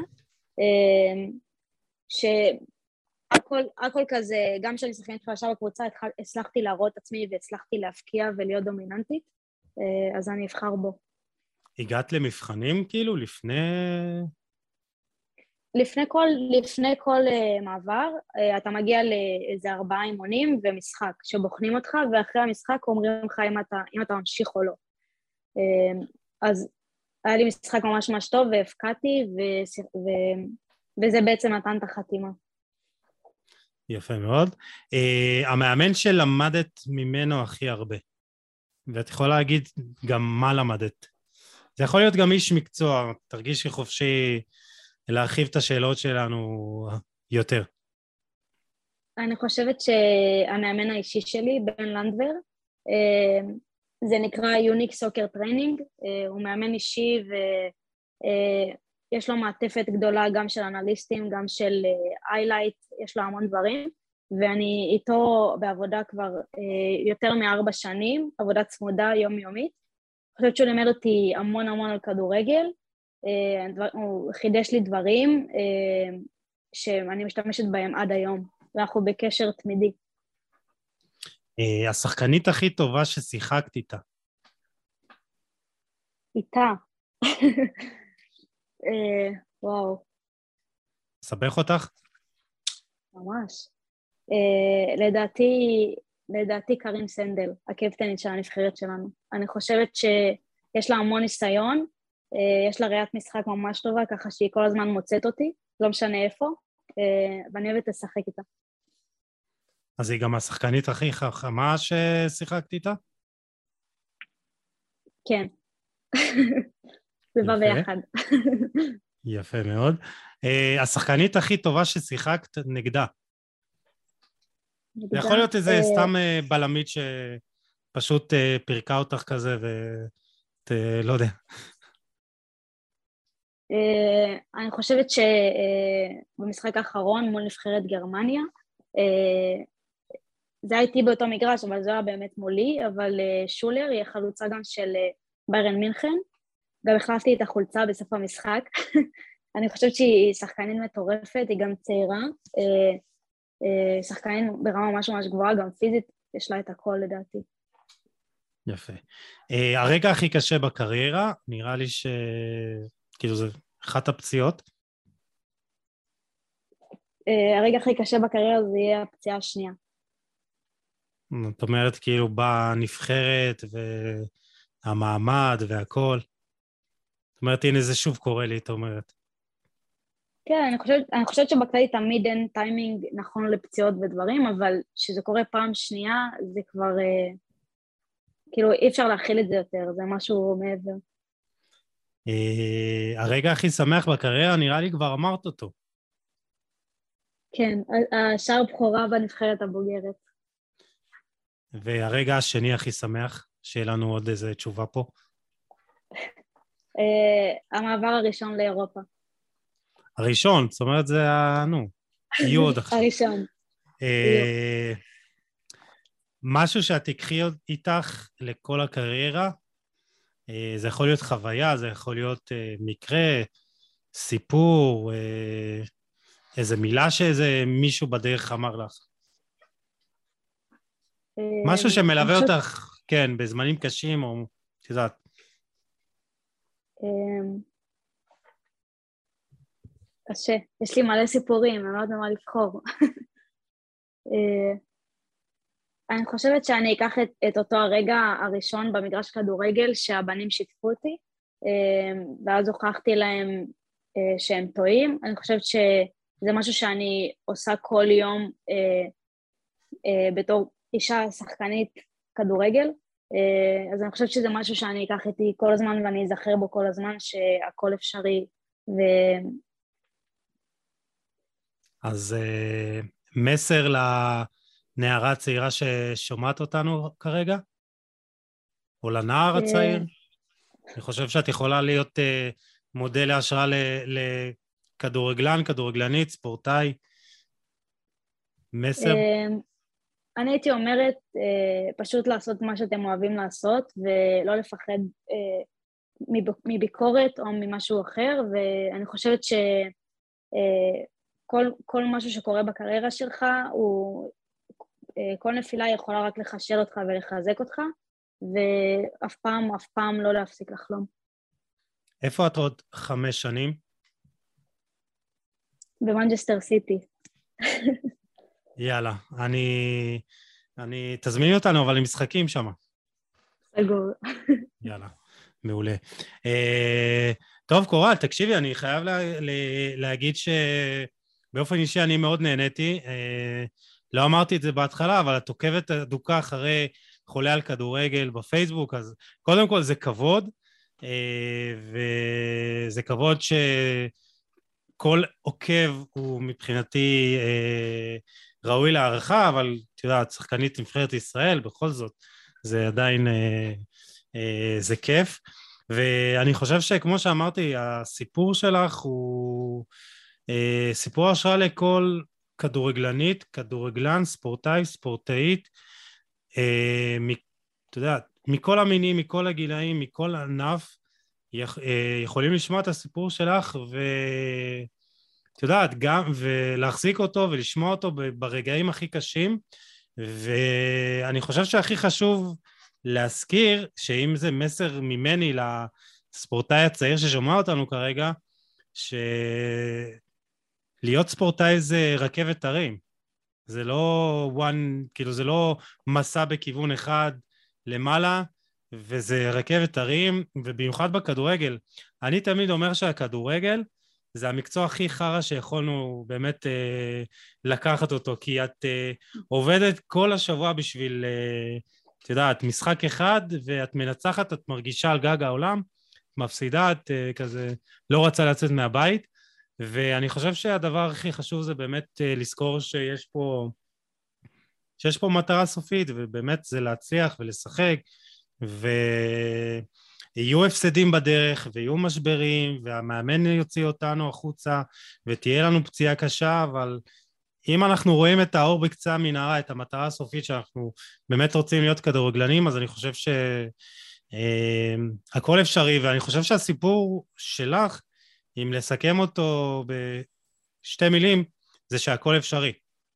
שהכל כזה, גם כשאני שחקנית חלשה בקבוצה, הצלחתי להראות את עצמי והצלחתי להפקיע ולהיות דומיננטית, אז אני אבחר בו. הגעת למבחנים כאילו לפני כל מעבר, אתה מגיע לאיזה 4 אימונים ומשחק שבוחנים אותך, ואחרי המשחק אומרים לך אם אתה ממשיך או לא. אז היה לי משחק ממש טוב והפקעתי, וזה בעצם נתן את החתימה. יפה מאוד. המאמן שלמדת ממנו הכי הרבה, ואת יכולה להגיד גם מה למדת. זה יכול להיות גם איש מקצוע, תרגישי חופשי להרחיב את השאלות שלנו יותר. אני חושבת שהמאמן האישי שלי, בן לנדבר, זה נקרא Unique Soccer Training, הוא מאמן אישי ויש לו מעטפת גדולה גם של אנליסטים, גם של highlight, יש לו המון דברים, ואני איתו בעבודה כבר יותר מ4 שנים, עבודה צמודה יומיומית. אני חושבת שהוא לימד אותי המון על כדורגל, הוא חידש לי דברים שאני משתמשת בהם עד היום, ואנחנו בקשר תמידי. השחקנית הכי טובה ששיחקת איתה. איתה. וואו, סבך אותך? ממש. לדעתי קרין סנדל, הקפטנית של הנבחרת שלנו. אני חושבת שיש לה המון ניסיון, יש לה ראיית משחק ממש טובה, ככה שהיא כל הזמן מוצאת אותי, לא משנה איפה, ואני אוהבת לשחק איתה. אז היא גם השחקנית הכי חכמה ששיחקת איתה? כן. זה בא ביחד. יפה מאוד. השחקנית הכי טובה ששיחקת נגדה? זה יכול להיות איזה סתם בלמית שפשוט פירקה אותך כזה לא יודע. אני חושבת שבמשחק האחרון מול נבחרת גרמניה, זה הייתי באותו מגרש, אבל זה היה באמת מולי, אבל שולר היא החלוצה גם של ביירן מינכן, גם החלפתי את החולצה בסוף המשחק. אני חושבת שהיא שחקנית מטורפת, היא גם צעירה, שחקנית ברמה ממש ממש גבוהה, גם פיזית יש לה את הכל לדעתי. יפה. הרגע הכי קשה בקריירה, נראה לי כאילו זה אחת הפציעות. הרגע הכי קשה בקריירה זה יהיה הפציעה השנייה. זאת אומרת, כאילו בנבחרת והמעמד והכל. זאת אומרת, הנה זה שוב קורה לי, את אומרת. כן, אני חושבת שבכללי תמיד אין טיימינג נכון לפציעות ודברים, אבל שזה קורה פעם שנייה, זה כבר, כאילו אי אפשר להכיל את זה יותר, זה משהו מעבר. הרגע הכי שמח בקריירה, נראה לי כבר אמרת אותו. כן, השער בכורה בנבחרת הבוגרת. והרגע השני הכי שמח, שיהיה לנו עוד איזה תשובה פה. המעבר הראשון לאירופה. הראשון, זאת אומרת זה, יהיו עוד עכשיו. הראשון. משהו שאת תקחי איתך לכל הקריירה, זה יכול להיות חוויה, זה יכול להיות מקרה, סיפור, איזה מילה שאיזה מישהו בדרך אמר לך. משהו שמלווה אותך, כן, בזמנים קשים, או תדעת. קשה, יש לי מלא סיפורים, אני לא יודעת מה לבחור. אני חושבת שאני אקח את אותו הרגע הראשון במגרש כדורגל שהבנים שיתפו אותי, ואז הוכחתי להם שהם טועים. אני חושבת שזה משהו שאני עושה כל יום בתור אישה שחקנית כדורגל, אז אני חושבת שזה משהו שאני אקח איתי כל הזמן ואני אזכר בו כל הזמן שהכל אפשרי. אז מסר לנערה הצעירה ששומעת אותנו כרגע? או לנער הצעיר? אני חושב שאת יכולה להיות מודל להשראה לכדורגלן, כדורגלנית, ספורטאי. מסר? אני הייתי אומרת פשוט לעשות מה שאתם אוהבים לעשות, ולא לפחד מביקורת או ממשהו אחר, ואני חושבת כל משהו שקורה בקריירה שלך, כל נפילה יכולה רק לחשל אותך ולחזק אותך, ואף פעם לא להפסיק לחלום. איפה את עוד 5 שנים? במנצ'סטר סיטי. יאללה, תזמיני אותנו, אבל למשחקים שם. סגור. יאללה, מעולה. טוב, קורל, תקשיבי, אני חייב להגיד שבאופן אישי אני מאוד נהניתי. לא אמרתי את זה בהתחלה, אבל את עוקבת אדוקה אחרי חולה על כדורגל בפייסבוק, אז קודם כל זה כבוד, וזה כבוד שכל עוקב הוא מבחינתי ראוי להערכה, אבל את יודעת, שחקנית נבחרת ישראל, בכל זאת, זה עדיין, זה כיף. ואני חושב שכמו שאמרתי, הסיפור שלך הוא סיפור השראה לכל כדורגלנית, כדורגלן, ספורטאי, ספורטאית, אתה יודע, מכל המינים, מכל הגילאים, מכל ענף, יכולים לשמוע את הסיפור שלך, ואת יודעת, גם, ולהחזיק אותו ולשמוע אותו ברגעים הכי קשים, ואני חושב שהכי חשוב להזכיר, שאם זה מסר ממני לספורטאי הצעיר ששומע אותנו כרגע, שלהיות ספורטאי זה רכבת הרים, זה לא כאילו זה לא מסע בכיוון אחד למעלה, וזה רכבת הרים, ובמיוחד בכדורגל. אני תמיד אומר שהכדורגל זה המקצוע הכי חרא שיכולנו באמת לקחת אותו, כי את עובדת כל השבוע בשביל, את יודעת, משחק אחד, ואת מנצחת, את מרגישה על גג העולם, מפסידה, את כזה לא רוצה לצאת מהבית, ואני חושב שהדבר הכי חשוב זה באמת לזכור שיש פה מטרה סופית, ובאמת זה להצליח ולשחק, ויהיו הפסדים בדרך, ויהיו משברים, והמאמן יוציא אותנו החוצה, ותהיה לנו פציעה קשה, אבל אם אנחנו רואים את האור בקצה המנהרה, את המטרה הסופית שאנחנו באמת רוצים להיות כדורגלנים, אז אני חושב שהכל אפשרי, ואני חושב שהסיפור שלך, אם לסכם אותו בשתי מילים, זה שהכל אפשרי.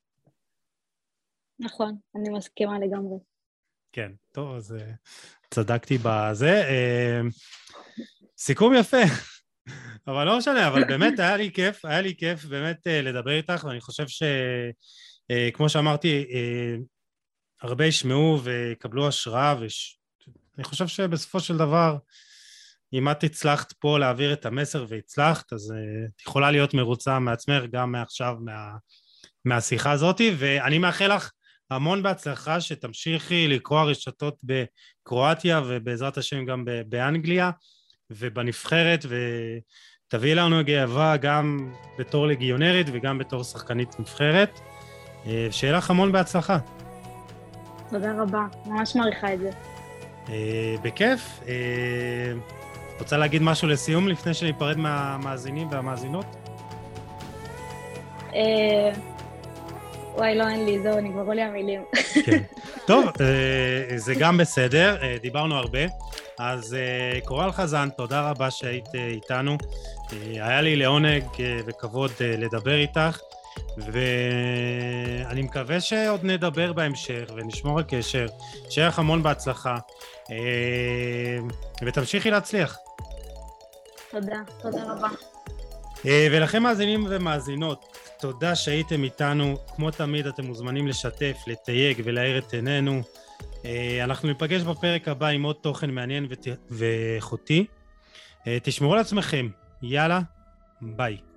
נכון, אני מסכימה לגמרי. כן, טוב, אז צדקתי בזה. סיכום יפה, אבל לא משנה, אבל באמת היה לי כיף באמת לדבר איתך, ואני חושב שכמו שאמרתי, הרבה ישמעו ויקבלו השראה, ואני חושב שבסופו של דבר, אם את הצלחת פה להעביר את המסר והצלחת, אז את יכולה להיות מרוצה מעצמך גם מעכשיו מהשיחה הזאת, ואני מאחל לך המון בהצלחה, שתמשיכי לקרוא רשתות בקרואטיה, ובעזרת השם גם באנגליה, ובנבחרת, ותביא לנו גאווה גם בתור לגיונרית, וגם בתור שחקנית נבחרת. שיהיה לך המון בהצלחה. תודה רבה, ממש מעריכה את זה. בכיף. רוצה להגיד משהו לסיום, לפני שניפרד מהמאזינים והמאזינות? וואי, לא, אין לי, זהו, נגמרו לי המילים. כן. טוב, זה גם בסדר, דיברנו הרבה, אז קורל חזן, תודה רבה שהיית איתנו, היה לי לעונג וכבוד לדבר איתך, ואני מקווה שעוד נדבר בהמשך ונשמור על קשר, שיהיה לך המון בהצלחה, ותמשיכי להצליח. תודה רבה. ולכם מאזינים ומאזינות, תודה שהייתם איתנו, כמו תמיד אתם מוזמנים לשתף, לתייג ולהאיר את עינינו. אנחנו ניפגש בפרק הבא עם עוד תוכן מעניין ואיכותי. תשמרו על עצמכם, יאללה, ביי.